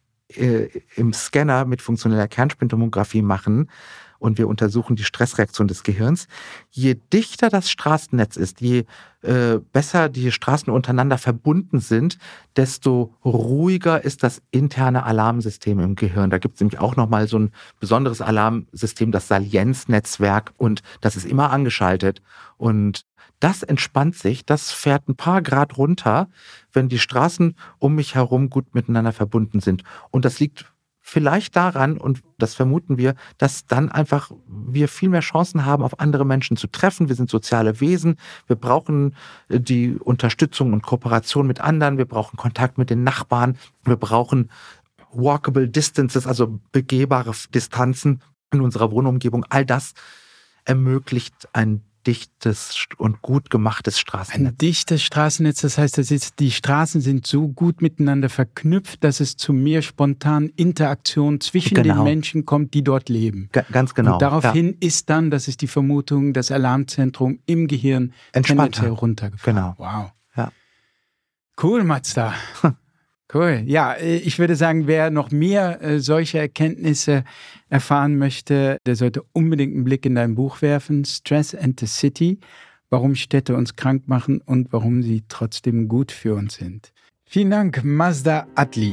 [SPEAKER 2] im Scanner mit funktioneller Kernspintomographie machen. Und wir untersuchen die Stressreaktion des Gehirns. Je dichter das Straßennetz ist, je besser die Straßen untereinander verbunden sind, desto ruhiger ist das interne Alarmsystem im Gehirn. Da gibt es nämlich auch nochmal so ein besonderes Alarmsystem, das Salienznetzwerk, und das ist immer angeschaltet. Und das entspannt sich, das fährt ein paar Grad runter, wenn die Straßen um mich herum gut miteinander verbunden sind. Und das liegt vielleicht daran, und das vermuten wir, dass dann einfach wir viel mehr Chancen haben, auf andere Menschen zu treffen. Wir sind soziale Wesen. Wir brauchen die Unterstützung und Kooperation mit anderen. Wir brauchen Kontakt mit den Nachbarn. Wir brauchen walkable distances, also begehbare Distanzen in unserer Wohnumgebung. All das ermöglicht ein dichtes und gut gemachtes Straßennetz.
[SPEAKER 1] Ein dichtes Straßennetz, das heißt, die Straßen sind so gut miteinander verknüpft, dass es zu mehr spontanen Interaktionen zwischen den Menschen kommt, die dort leben.
[SPEAKER 2] Ganz genau.
[SPEAKER 1] Und daraufhin ist dann, das ist die Vermutung, das Alarmzentrum im Gehirn tendenziell runtergefahren.
[SPEAKER 2] Genau.
[SPEAKER 1] Wow.
[SPEAKER 2] Ja.
[SPEAKER 1] Cool, Mazda. Cool. Ja, ich würde sagen, wer noch mehr solche Erkenntnisse erfahren möchte, der sollte unbedingt einen Blick in dein Buch werfen. Stress and the City. Warum Städte uns krank machen und warum sie trotzdem gut für uns sind. Vielen Dank, Mazda Adli.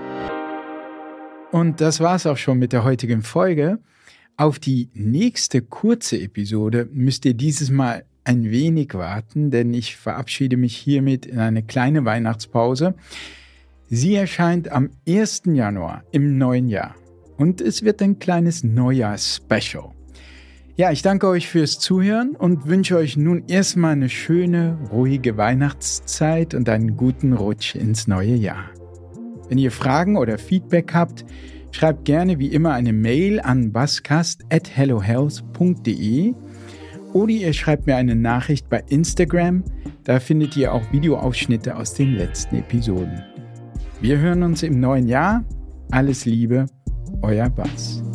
[SPEAKER 1] Und das war's auch schon mit der heutigen Folge. Auf die nächste kurze Episode müsst ihr dieses Mal ein wenig warten, denn ich verabschiede mich hiermit in eine kleine Weihnachtspause. Sie erscheint am 1. Januar im neuen Jahr und es wird ein kleines Neujahrs-Special. Ja, ich danke euch fürs Zuhören und wünsche euch nun erstmal eine schöne, ruhige Weihnachtszeit und einen guten Rutsch ins neue Jahr. Wenn ihr Fragen oder Feedback habt, schreibt gerne wie immer eine Mail an buzzcast@hellohealth.de oder ihr schreibt mir eine Nachricht bei Instagram, da findet ihr auch Videoausschnitte aus den letzten Episoden. Wir hören uns im neuen Jahr. Alles Liebe, euer Buzz.